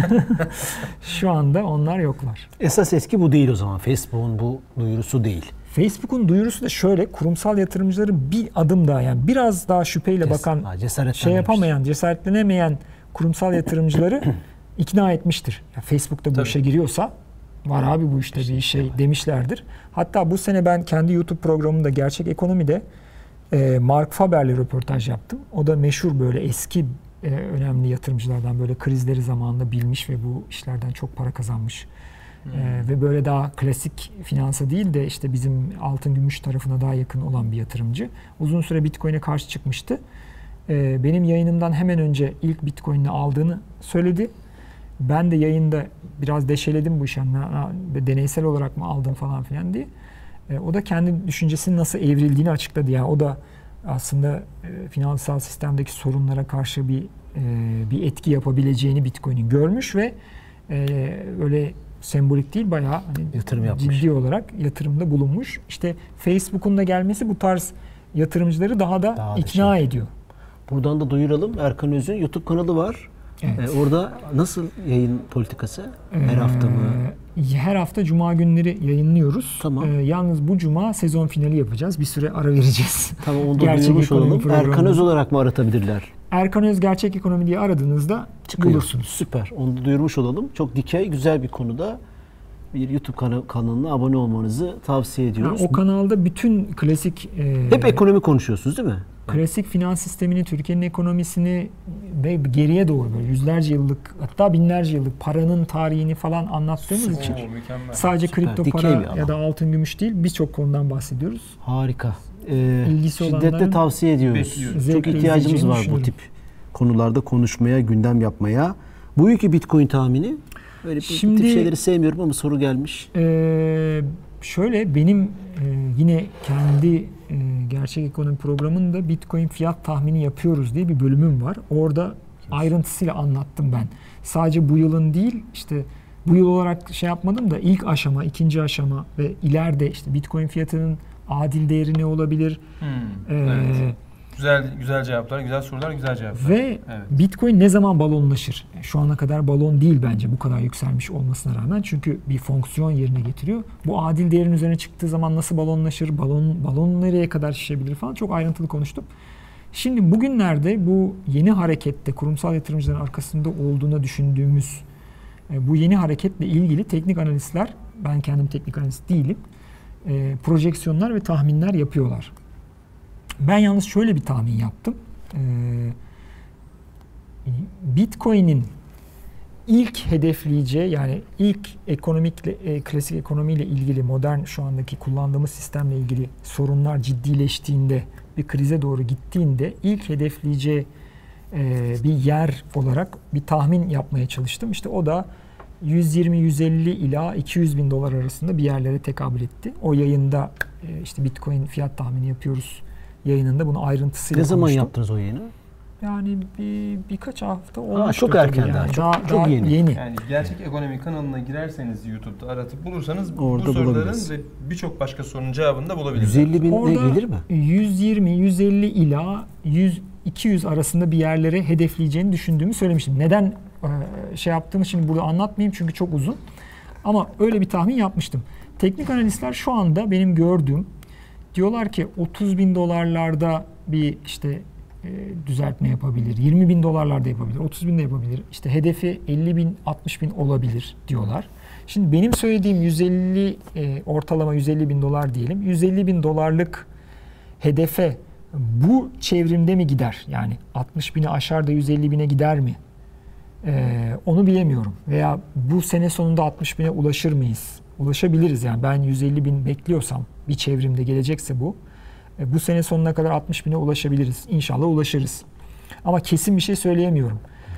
Şu anda onlar yoklar. Esas etki bu değil o zaman. Facebook'un bu duyurusu değil. Facebook'un duyurusu da şöyle, kurumsal yatırımcıları bir adım daha, yani biraz daha şüpheyle bakan, şey yapamayan, cesaretlenemeyen kurumsal yatırımcıları ikna etmiştir. Ya Facebook'ta bu işe giriyorsa var abi bu işte bir şey demişlerdir. Hatta bu sene ben kendi YouTube programımda Gerçek Ekonomi'de Mark Faber'le röportaj yaptım. O da meşhur böyle eski önemli yatırımcılardan, böyle krizleri zamanında bilmiş ve bu işlerden çok para kazanmış. Ve böyle daha klasik finansa değil de işte bizim altın gümüş tarafına daha yakın olan bir yatırımcı. Uzun süre Bitcoin'e karşı çıkmıştı. Benim yayınımdan hemen önce ilk Bitcoin'ini aldığını söyledi. Ben de yayında biraz deşeledim bu işi. Deneysel olarak mı aldın falan filan diye. O da kendi düşüncesinin nasıl evrildiğini açıkladı. Yani o da aslında finansal sistemdeki sorunlara karşı bir etki yapabileceğini Bitcoin'in görmüş ve öyle sembolik değil, bayağı hani yatırım yapmış. Ciddi olarak yatırımda bulunmuş. İşte Facebook'un da gelmesi bu tarz yatırımcıları daha da ikna ediyor. Buradan da duyuralım. Erkan Öz'ün YouTube kanalı var. Evet. Orada nasıl yayın politikası? Her hafta mı? Her hafta Cuma günleri yayınlıyoruz. Tamam. Yalnız bu Cuma sezon finali yapacağız. Bir süre ara vereceğiz. Tamam, onu da duyurmuş olalım. Erkan Öz olarak mı aratabilirler? Erkan Öz Gerçek Ekonomi diye aradığınızda çıkıyor. Bulursunuz. Süper. Onu da duyurmuş olalım. Çok dikey, güzel bir konuda bir YouTube kanalına abone olmanızı tavsiye ediyoruz. O kanalda bütün klasik... hep ekonomi konuşuyorsunuz değil mi? Klasik finans sistemini, Türkiye'nin ekonomisini ve geriye doğru böyle yüzlerce yıllık, hatta binlerce yıllık paranın tarihini falan anlattığımız için sadece kripto para ya da altın gümüş değil, birçok konudan bahsediyoruz. Harika. İlgisi şiddetle tavsiye ediyoruz. Çok ihtiyacımız var bu tip konularda konuşmaya, gündem yapmaya. Bu iki Bitcoin tahmini. Böyle bu tip şeyleri sevmiyorum ama soru gelmiş. Şöyle benim yine kendi Gerçek Ekonomi programında Bitcoin fiyat tahmini yapıyoruz diye bir bölümüm var. Orada ayrıntısıyla anlattım ben. Sadece bu yılın değil, işte bu yıl olarak şey yapmadım da ilk aşama, ikinci aşama ve ileride işte Bitcoin fiyatının adil değeri ne olabilir? Evet. Güzel cevaplar, güzel sorular, güzel cevaplar. Ve Bitcoin ne zaman balonlaşır? Şu ana kadar balon değil bence bu kadar yükselmiş olmasına rağmen. Çünkü bir fonksiyon yerine getiriyor. Bu adil değerin üzerine çıktığı zaman nasıl balonlaşır? Balon nereye kadar şişebilir falan çok ayrıntılı konuştum. Şimdi bugünlerde bu yeni harekette kurumsal yatırımcıların arkasında olduğuna düşündüğümüz bu yeni hareketle ilgili teknik analistler, ben kendim teknik analist değilim, projeksiyonlar ve tahminler yapıyorlar. Ben yalnız şöyle bir tahmin yaptım. Bitcoin'in ilk hedefleyeceği, yani ilk klasik ekonomiyle ilgili, modern şu andaki kullandığımız sistemle ilgili sorunlar ciddileştiğinde, bir krize doğru gittiğinde ilk hedefleyeceği bir yer olarak bir tahmin yapmaya çalıştım. İşte o da 120-150 ila 200 bin dolar arasında bir yerlere tekabül etti. O yayında işte Bitcoin fiyat tahmini yapıyoruz yayınında bunu ayrıntısıyla konuştum. Ne zaman yaptınız o yayını? Yani birkaç hafta olmuştur. Çok erken yani. daha. Çok yeni. Yani Gerçek Ekonomi kanalına girerseniz YouTube'da aratıp bulursanız orada bu soruların ve birçok başka sorunun cevabını da bulabilirsiniz. 150 bin orada gelir mi? 120-150 ila 200 arasında bir yerlere hedefleyeceğini düşündüğümü söylemiştim. Neden şey yaptığımı şimdi burada anlatmayayım çünkü çok uzun. Ama öyle bir tahmin yapmıştım. Teknik analistler şu anda benim gördüğüm diyorlar ki 30 bin dolarlarda bir işte düzeltme yapabilir. 20 bin dolarlarda yapabilir. 30 bin de yapabilir. İşte hedefi 50 bin, 60 bin olabilir diyorlar. Şimdi benim söylediğim 150 ortalama 150 bin dolar diyelim. 150 bin dolarlık hedefe bu çevrimde mi gider? Yani 60 bini aşar da 150 bine gider mi? Onu bilemiyorum. Veya bu sene sonunda 60 bine ulaşır mıyız? Ulaşabiliriz yani. Ben 150 bin bekliyorsam bir çevrimde gelecekse bu. Bu sene sonuna kadar 60 bine ulaşabiliriz. İnşallah ulaşırız. Ama kesin bir şey söyleyemiyorum.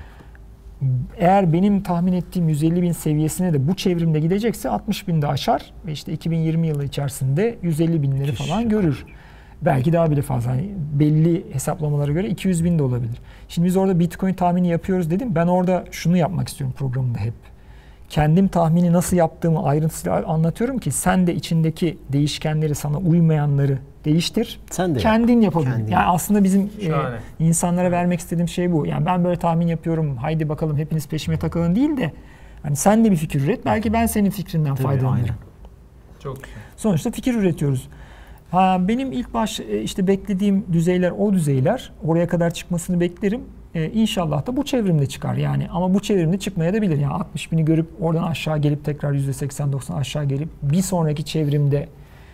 Eğer benim tahmin ettiğim 150 bin seviyesine de bu çevrimde gidecekse 60 bin de aşar ve işte 2020 yılı içerisinde 150 binleri falan görür. Belki daha bile fazla. Yani belli hesaplamalara göre 200 bin de olabilir. Şimdi biz orada Bitcoin tahmini yapıyoruz dedim. Ben orada şunu yapmak istiyorum programda hep. Kendim tahmini nasıl yaptığımı ayrıntısıyla anlatıyorum ki sen de içindeki değişkenleri, sana uymayanları değiştir. Sen de kendin yapabilir. Yani aslında bizim insanlara vermek istediğim şey bu. Yani ben böyle tahmin yapıyorum. Haydi bakalım hepiniz peşime takılın değil de hani sen de bir fikir üret. Belki ben senin fikrinden faydalanırım. Çok güzel. Sonuçta fikir üretiyoruz. Benim ilk baş işte beklediğim düzeyler o düzeyler. Oraya kadar çıkmasını beklerim. İnşallah da bu çevrimde çıkar yani, ama bu çevrimde çıkmaya da bilir. Yani 60 bini görüp oradan aşağı gelip tekrar %80-90 aşağı gelip bir sonraki çevrimde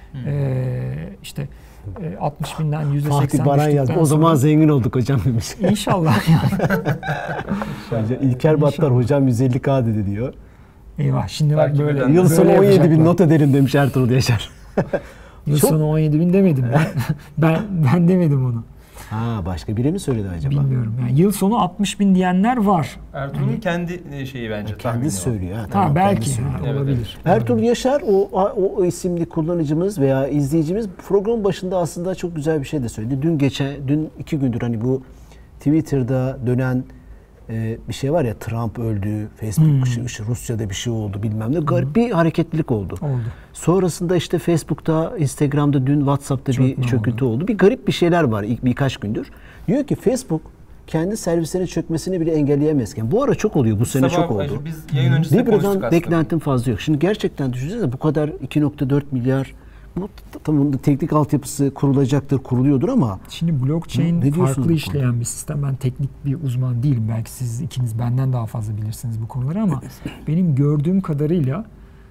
işte 60 binden %80 Fatih Baran yazdı. O zaman zengin olduk hocam demiş. İnşallah yani. İlker Battar hocam 150K dedi diyor. Eyvah şimdi bak böyle. Yıl sonu 17 bin not edelim demiş Ertuğrul Yaşar. Yıl sonu 17 bin demedim ben demedim onu. Başka biri mi söyledi acaba? Bilmiyorum. Yani yıl sonu 60 bin diyenler var. Ertuğrul'un yani, kendi şeyi bence. Kendisi söylüyor. Belki olabilir. Ertuğrul Yaşar o isimli kullanıcımız veya izleyicimiz programın başında aslında çok güzel bir şey de söyledi. Dün 2 gündür hani bu Twitter'da dönen bir şey var ya, Trump öldü, Facebook Rusya'da bir şey oldu bilmem ne. Garip bir hareketlilik oldu. Sonrasında işte Facebook'ta, Instagram'da, dün WhatsApp'ta çok bir çöküntü oldu. Bir garip bir şeyler var ilk birkaç gündür. Diyor ki Facebook kendi servislerinin çökmesini bile engelleyemezken. Bu ara çok oluyor. Bu sene çok oldu. Biz yayın öncesinde konuştuk aslında. Beklentim fazla yok. Şimdi gerçekten düşünsenize bu kadar 2.4 milyar bu tamam teknik altyapısı kurulacaktır, kuruluyordur ama şimdi blockchain farklı işleyen bir sistem. Ben teknik bir uzman değilim. Belki siz ikiniz benden daha fazla bilirsiniz bu konuları ama benim gördüğüm kadarıyla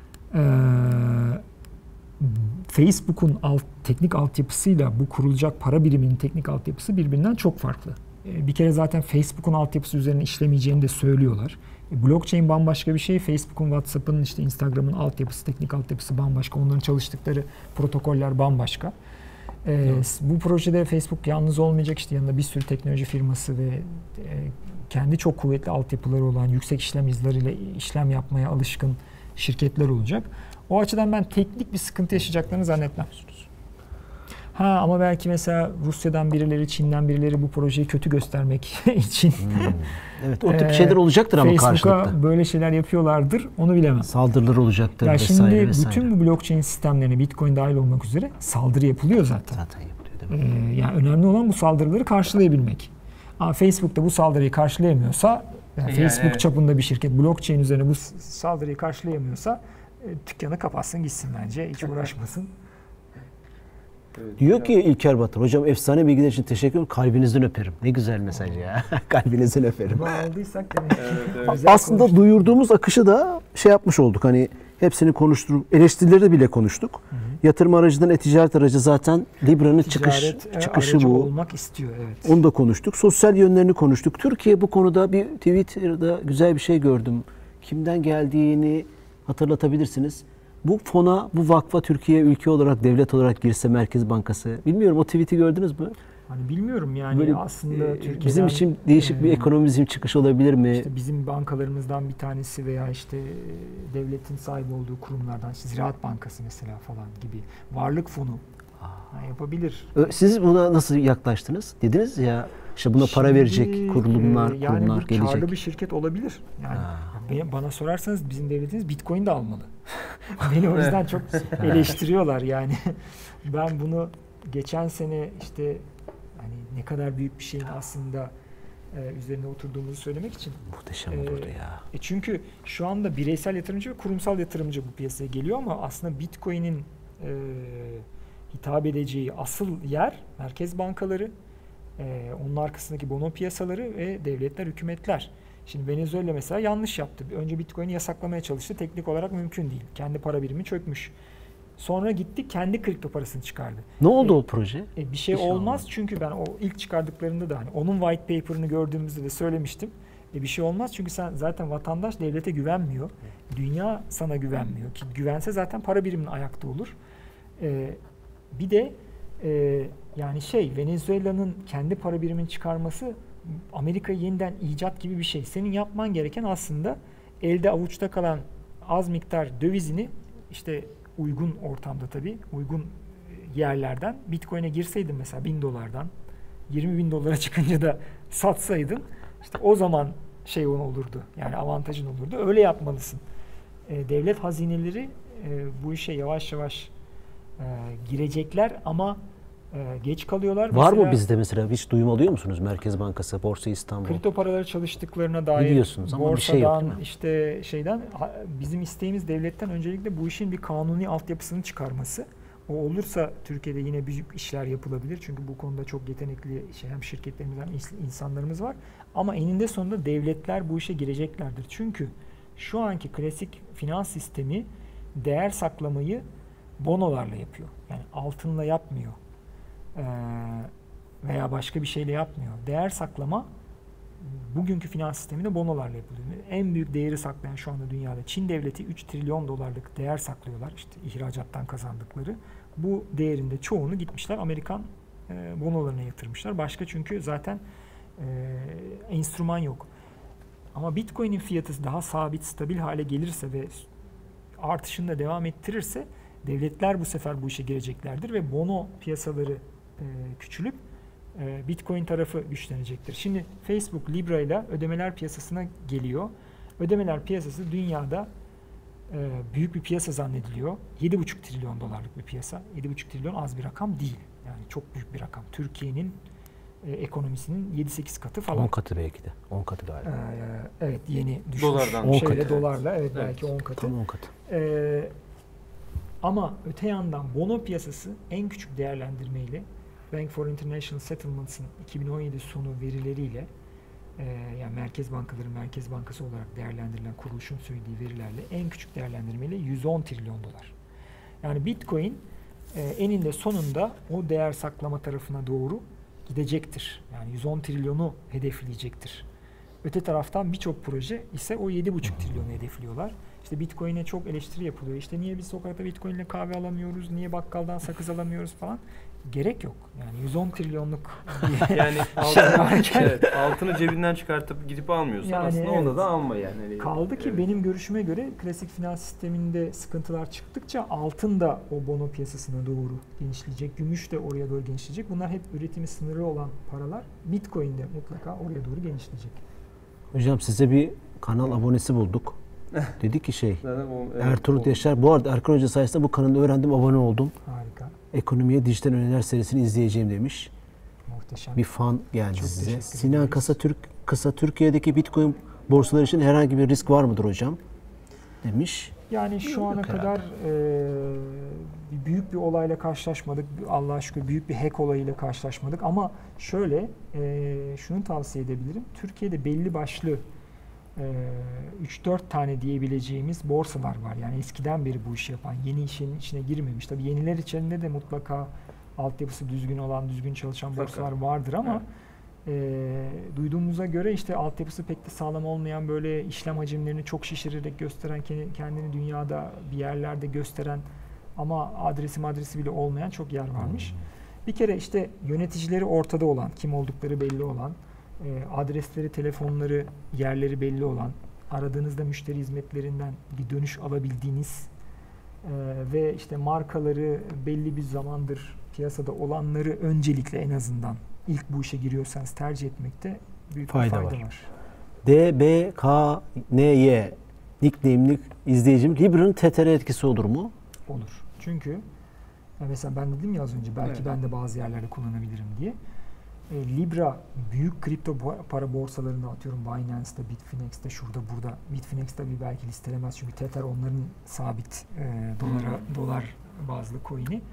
Facebook'un teknik altyapısıyla bu kurulacak para biriminin teknik altyapısı birbirinden çok farklı. Bir kere zaten Facebook'un altyapısı üzerine işlemeyeceğini de söylüyorlar. Blockchain bambaşka bir şey. Facebook'un, WhatsApp'ın, işte Instagram'ın altyapısı, teknik altyapısı bambaşka. Onların çalıştıkları protokoller bambaşka. Bu projede Facebook yalnız olmayacak. İşte yanında bir sürü teknoloji firması ve kendi çok kuvvetli altyapıları olan, yüksek işlem hızlarıyla işlem yapmaya alışkın şirketler olacak. O açıdan ben teknik bir sıkıntı yaşayacaklarını zannetmem. Ama belki mesela Rusya'dan birileri, Çin'den birileri bu projeyi kötü göstermek için evet, o tip şeyler olacaktır ama karşılıklı. Facebook'a böyle şeyler yapıyorlardır, onu bilemem. Saldırılar olacaktır ya vesaire. Şimdi bütün bu blockchain sistemlerine, Bitcoin dahil olmak üzere saldırı yapılıyor zaten. Yapılıyor değil mi? Yani önemli olan bu saldırıları karşılayabilmek. Ama Facebook da bu saldırıyı karşılayamıyorsa, Facebook çapında bir şirket blockchain üzerine bu saldırıyı karşılayamıyorsa dükkanı kapatsın gitsin bence, hiç uğraşmasın. Diyor ki İlker Batır, hocam efsane bilgiler için teşekkür ederim. Kalbinizden öperim. Ne güzel mesaj ya. Kalbinizden öperim. Bunu aldıysak demek ki. Aslında duyurduğumuz akışı da şey yapmış olduk. Hani hepsini konuşturup eleştirileri bile konuştuk. Yatırım aracından e-ticaret aracı zaten Libra'nın çıkışı aracı bu. olmak istiyor, evet. Onu da konuştuk. Sosyal yönlerini konuştuk. Türkiye bu konuda bir Twitter'da güzel bir şey gördüm. Kimden geldiğini hatırlatabilirsiniz. Bu fona, bu vakfa Türkiye ülke olarak, devlet olarak girse Merkez Bankası. Bilmiyorum, o tweet'i gördünüz mü? Hani bilmiyorum yani Böyle, aslında Türkiye'den bizim için değişik bir ekonomizm çıkışı olabilir mi? İşte bizim bankalarımızdan bir tanesi veya işte devletin sahibi olduğu kurumlardan, işte Ziraat Bankası mesela falan gibi varlık fonu yapabilir. Siz buna nasıl yaklaştınız? Dediniz ya işte buna para verecek kurumlar yani bu gelecek. karlı bir şirket olabilir. Yani bana sorarsanız bizim devletimiz Bitcoin de almalı. Beni o yüzden çok eleştiriyorlar yani. Ben bunu geçen sene işte hani ne kadar büyük bir şeyin aslında üzerine oturduğumuzu söylemek için. Muhteşem olurdu ya. Çünkü şu anda bireysel yatırımcı ve kurumsal yatırımcı bu piyasaya geliyor ama aslında Bitcoin'in hitap edeceği asıl yer merkez bankaları, onun arkasındaki bono piyasaları ve devletler, hükümetler. Şimdi Venezuela mesela yanlış yaptı. Önce Bitcoin'i yasaklamaya çalıştı. Teknik olarak mümkün değil. Kendi para birimi çökmüş. Sonra gitti kendi kripto parasını çıkardı. Ne oldu o proje? Bir şey olmaz çünkü ben o ilk çıkardıklarında da hani onun white paper'ını gördüğümüzde de söylemiştim. Bir şey olmaz çünkü sen zaten vatandaş devlete güvenmiyor. Dünya sana güvenmiyor ki güvense zaten para biriminin ayakta olur. Bir de yani Venezuela'nın kendi para birimini çıkarması Amerika'yı yeniden icat gibi bir şey. Senin yapman gereken aslında elde avuçta kalan az miktar dövizini işte uygun ortamda tabii, uygun yerlerden Bitcoin'e girseydin mesela $1000'dan 20.000 dolara çıkınca da satsaydın işte o zaman olurdu. Yani avantajın olurdu. Öyle yapmalısın. Devlet hazineleri bu işe yavaş yavaş girecekler ama geç kalıyorlar. Var mı bizde mesela? Hiç duyum alıyor musunuz? Merkez Bankası, Borsa İstanbul. Kripto paraları çalıştıklarına dair biliyorsunuz ama bir şey yok değil mi? işte bizim isteğimiz devletten öncelikle bu işin bir kanuni altyapısını çıkarması. O olursa Türkiye'de yine büyük işler yapılabilir. Çünkü bu konuda çok yetenekli hem şirketlerimiz hem insanlarımız var. Ama eninde sonunda devletler bu işe gireceklerdir. Çünkü şu anki klasik finans sistemi değer saklamayı bonolarla yapıyor. Yani altınla yapmıyor. Veya başka bir şeyle yapmıyor. Değer saklama bugünkü finans sisteminde bonolarla yapılıyor. En büyük değeri saklayan şu anda dünyada Çin devleti 3 trilyon dolarlık değer saklıyorlar. İşte ihracattan kazandıkları. Bu değerinde çoğunu gitmişler Amerikan bonolarına yatırmışlar. Başka çünkü zaten enstrüman yok. Ama Bitcoin'in fiyatı daha sabit, stabil hale gelirse ve artışını da devam ettirirse devletler bu sefer bu işe gireceklerdir ve bono piyasaları küçülüp Bitcoin tarafı güçlenecektir. Şimdi Facebook Libra ile ödemeler piyasasına geliyor. Ödemeler piyasası dünyada büyük bir piyasa zannediliyor. 7,5 trilyon dolarlık bir piyasa. 7,5 trilyon az bir rakam değil. Yani çok büyük bir rakam. Türkiye'nin ekonomisinin 7-8 katı falan. 10 katı belki de. 10 katı galiba. Evet, yeni düşmüş. Dolardan. 10 katı. Dolarla belki 10 katı. Tam 10 katı. Ama öte yandan bono piyasası en küçük değerlendirmeyle Bank for International Settlements'ın 2017 sonu verileriyle yani merkez bankaları merkez bankası olarak değerlendirilen kuruluşun söylediği verilerle en küçük değerlendirmeyle 110 trilyon dolar. Yani Bitcoin eninde sonunda o değer saklama tarafına doğru gidecektir. Yani 110 trilyonu hedefleyecektir. Öte taraftan birçok proje ise o 7,5 trilyonu hedefliyorlar. İşte Bitcoin'e çok eleştiri yapılıyor. İşte niye biz sokakta Bitcoin ile kahve alamıyoruz, niye bakkaldan sakız alamıyoruz falan. Gerek yok. Yani 110 trilyonluk yani altını cebinden çıkartıp gidip almıyorsan yani aslında onda da alma yani. Kaldı ki benim görüşüme göre klasik finans sisteminde sıkıntılar çıktıkça altın da o bono piyasasına doğru genişleyecek. Gümüş de oraya doğru genişleyecek. Bunlar hep üretimi sınırı olan paralar. Bitcoin de mutlaka oraya doğru genişleyecek. Hocam size bir kanal abonesi bulduk. Dedi ki Ertuğrul Yaşar. Bu arada Erkan Hoca sayesinde bu kanalı öğrendim, abone oldum. Harika. Ekonomiye dijital öneriler serisini izleyeceğim demiş. Muhteşem. Bir fan geldi çok size. Sinan Kısa Türkiye'deki Bitcoin borsaları için herhangi bir risk var mıdır hocam? Demiş. Yani şu ana Yok kadar büyük bir olayla karşılaşmadık. Allah'a şükür büyük bir hack olayıyla karşılaşmadık. Ama şöyle, şunu tavsiye edebilirim. Türkiye'de belli başlı 3-4 tane diyebileceğimiz borsalar var. Yani eskiden beri bu işi yapan, yeni işin içine girmemiş. Tabii yeniler içinde de mutlaka altyapısı düzgün olan, düzgün çalışan borsalar vardır ama duyduğumuza göre işte altyapısı pek de sağlam olmayan, böyle işlem hacimlerini çok şişirerek gösteren, kendini dünyada bir yerlerde gösteren ama adresi bile olmayan çok yer varmış. Bir kere işte yöneticileri ortada olan, kim oldukları belli olan, adresleri, telefonları, yerleri belli olan, aradığınızda müşteri hizmetlerinden bir dönüş alabildiğiniz ve işte markaları belli bir zamandır piyasada olanları öncelikle en azından ilk bu işe giriyorsanız tercih etmekte büyük bir fayda var. DBKNY nickname'lik izleyicim, Libra'nın TTR etkisi olur mu? Olur. Çünkü mesela ben dedim ya az önce, belki ben de bazı yerlerde kullanabilirim diye. Libra büyük kripto para borsalarında, atıyorum Binance'da, Bitfinex'te, şurada burada. Bitfinex tabii belki listelemez çünkü Tether onların sabit dolar bazlı coin'i.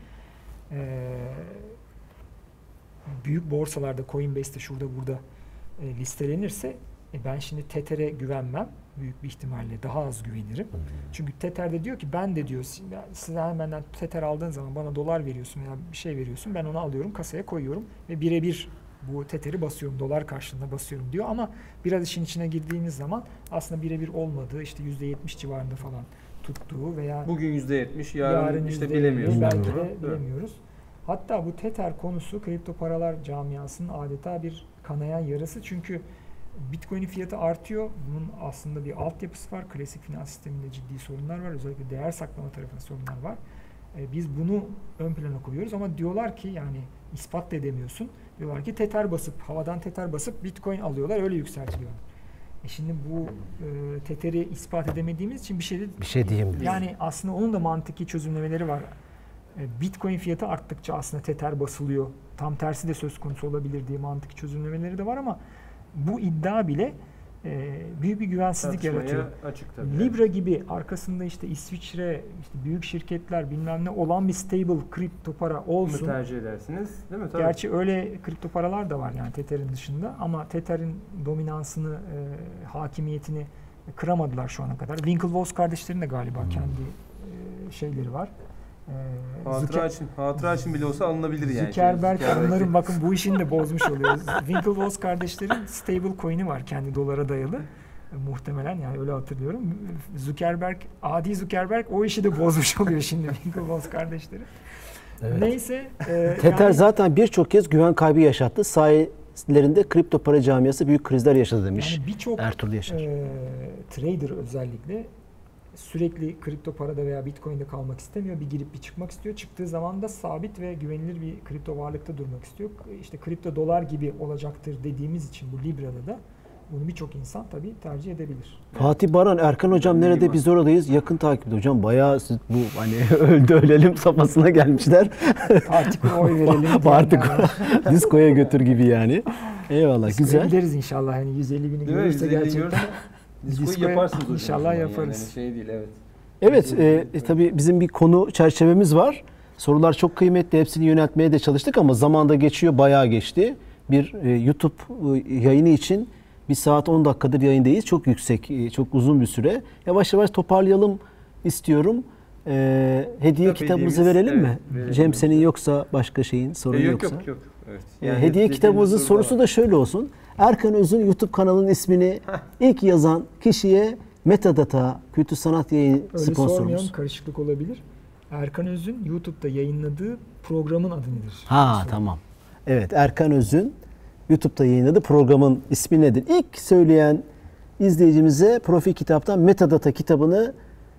Büyük borsalarda, Coinbase'te, şurada burada listelenirse ben şimdi Tether'e güvenmem. Büyük bir ihtimalle daha az güvenirim. Çünkü Tether'de diyor ki, ben de diyor, siz benden Tether aldığın zaman bana dolar veriyorsun veya bir şey veriyorsun. Ben onu alıyorum, kasaya koyuyorum ve birebir bu Tether'i basıyorum, dolar karşılığında basıyorum diyor. Ama biraz işin içine girdiğiniz zaman aslında birebir olmadığı, işte %70 civarında falan tuttuğu veya bugün %70, yarın işte %50, bilemiyoruz. belki de bilemiyoruz. Hatta bu Tether konusu kripto paralar camiasının adeta bir kanayan yarası. Çünkü Bitcoin'in fiyatı artıyor. Bunun aslında bir altyapısı var. Klasik finans sisteminde ciddi sorunlar var. Özellikle değer saklama tarafında sorunlar var. Biz bunu ön plana koyuyoruz ama diyorlar ki, yani ispat da edemiyorsun. Diyorlar ki Tether basıp, havadan Tether basıp Bitcoin alıyorlar, öyle yükseltiliyorlar. Şimdi bu Tether'i ispat edemediğimiz için bir şey diyemiyoruz. Yani aslında onun da mantıki çözümlemeleri var. Bitcoin fiyatı arttıkça aslında Tether basılıyor. Tam tersi de söz konusu olabilir diye mantıki çözümlemeleri de var ama bu iddia bile büyük bir güvensizlik yaratıyor. Açık tabii. Libra gibi arkasında işte İsviçre, işte büyük şirketler bilmem ne olan bir stable kripto para olsun. Bunu tercih edersiniz, değil mi? Tabii. Gerçi öyle kripto paralar da var yani Tether'in dışında ama Tether'in dominansını, hakimiyetini kıramadılar şu ana kadar. Winklevoss kardeşlerin de galiba kendi şeyleri var. Hatıra için bile olsa alınabilir yani. Zuckerberg onların, bakın bu işini de bozmuş oluyor. Winklevoss kardeşlerin stable coin'i var, kendi dolara dayalı. Muhtemelen, yani öyle hatırlıyorum. Adi Zuckerberg o işi de bozmuş oluyor şimdi Winklevoss kardeşleri. Evet. Neyse. Tether yani, zaten birçok kez güven kaybı yaşattı. Sayelerinde kripto para camiası büyük krizler yaşadı demiş. Yani birçok Ertuğrul Yaşar. trader özellikle sürekli kripto parada veya Bitcoin'de kalmak istemiyor. Bir girip bir çıkmak istiyor. Çıktığı zaman da sabit ve güvenilir bir kripto varlıkta durmak istiyor. İşte kripto dolar gibi olacaktır dediğimiz için bu Libra'da da bunu birçok insan tabii tercih edebilir. Fatih Baran, Erkan hocam nerede, biz oradayız. Yakın takipte hocam. Bayağı bu hani öldü ölelim safhasına gelmişler. Artık oy verelim. Artık diskoya götür gibi yani. Eyvallah, güzel. Gideriz inşallah, yani 150 bini görürse gerçekten. Diskoyu yaparsınız hocam. İnşallah yaparız. Yani şey değil, evet. Evet, tabii bizim bir konu çerçevemiz var. Sorular çok kıymetli, hepsini yöneltmeye de çalıştık ama zamanda geçiyor, bayağı geçti. Bir YouTube yayını için 1 saat 10 dakikadır yayındayız. Çok yüksek, çok uzun bir süre. Yavaş yavaş toparlayalım istiyorum. Hediye kitabımızı verelim mi? Verelim. Cem, senin yoksa başka şeyin, sorun yoksa. Yok. Evet. Hediye kitabımızın sorusu da şöyle olsun. Erkan Öz'ün YouTube kanalının ismini ilk yazan kişiye Metadata Kültür Sanat Yayın Öyle sponsorumuz. sormayalım, karışıklık olabilir. Erkan Öz'ün YouTube'da yayınladığı programın adı nedir? Tamam. Evet, Erkan Öz'ün YouTube'da yayınladığı programın ismi nedir? İlk söyleyen izleyicimize Profil Kitap'tan Metadata kitabını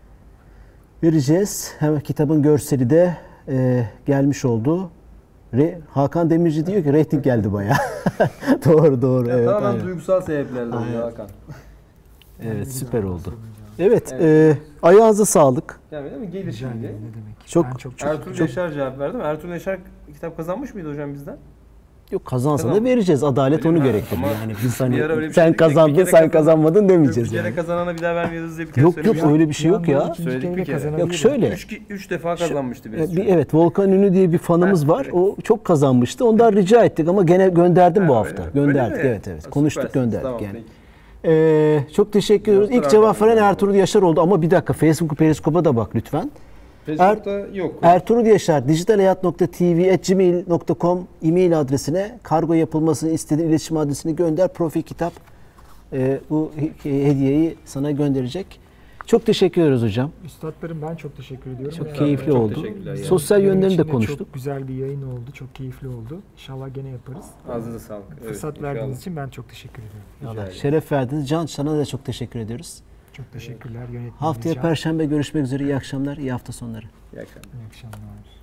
vereceğiz. Hemen kitabın görseli de gelmiş oldu. Hakan Demirci diyor ki reyting geldi bayağı. doğru. Ya, evet, tamamen aynen. duygusal sebeplerden oluyor Hakan. Evet, süper oldu. Evet, ayağınıza sağlık. Yani değil mi? Gelir Rica şimdi. ederim, ne demek. Çok- Ben çok Ertuğrul Yaşar cevap verdi mi? Ertuğrul Yaşar kitap kazanmış mıydı hocam bizden? Yok, kazansa da Kazan- vereceğiz. Adalet Öyle onu mi? gerektirir. Ama Yani biz bir hani ara öyle bir şey sen dedik ya, bir kazandın, kere sen kazanmadın Bir demeyeceğiz kere yani. kazanana bir daha vermiyoruz diye bir kere Yok yok, söylemiştik. öyle bir şey yok ya. Söyledik bir kere. Yok şöyle. Üç defa kazanmıştı birisi. Evet, Volkan Ünlü diye bir fanımız var. evet. O çok kazanmıştı. Ondan rica ettik ama gene gönderdim bu Ha, hafta. öyle mi? Gönderdik, Öyle mi? evet evet. Ha, Konuştuk, süpersiniz. gönderdik Tamam, yani. peki. Çok teşekkür ediyoruz. İlk Yoktur cevap abi. veren Ertuğrul Yaşar oldu ama bir dakika, Facebook Periskop'a da bak lütfen. Facebook'ta yok. Ertuğrul Yaşar dijitalhayat.tv@gmail.com e-mail adresine kargo yapılmasını istediğin iletişim adresini gönder. Profil kitap bu hediyeyi sana gönderecek. Çok teşekkür ediyoruz hocam. Üstadlarım, ben çok teşekkür ediyorum. Çok Yani keyifli çok oldu. teşekkürler yani. Sosyal Benim yönlerini de için konuştuk. Çok güzel bir yayın oldu. Çok keyifli oldu. İnşallah gene yaparız. Ağzınıza sağlık. Evet, Fırsat inşallah. verdiğiniz için ben çok teşekkür ediyorum. Allah şeref verdiniz. Can, sana da çok teşekkür ediyoruz. Çok teşekkürler yönetmeniniz. Haftaya Perşembe görüşmek üzere. İyi akşamlar, iyi hafta sonları. İyi akşamlar. İyi akşamlar.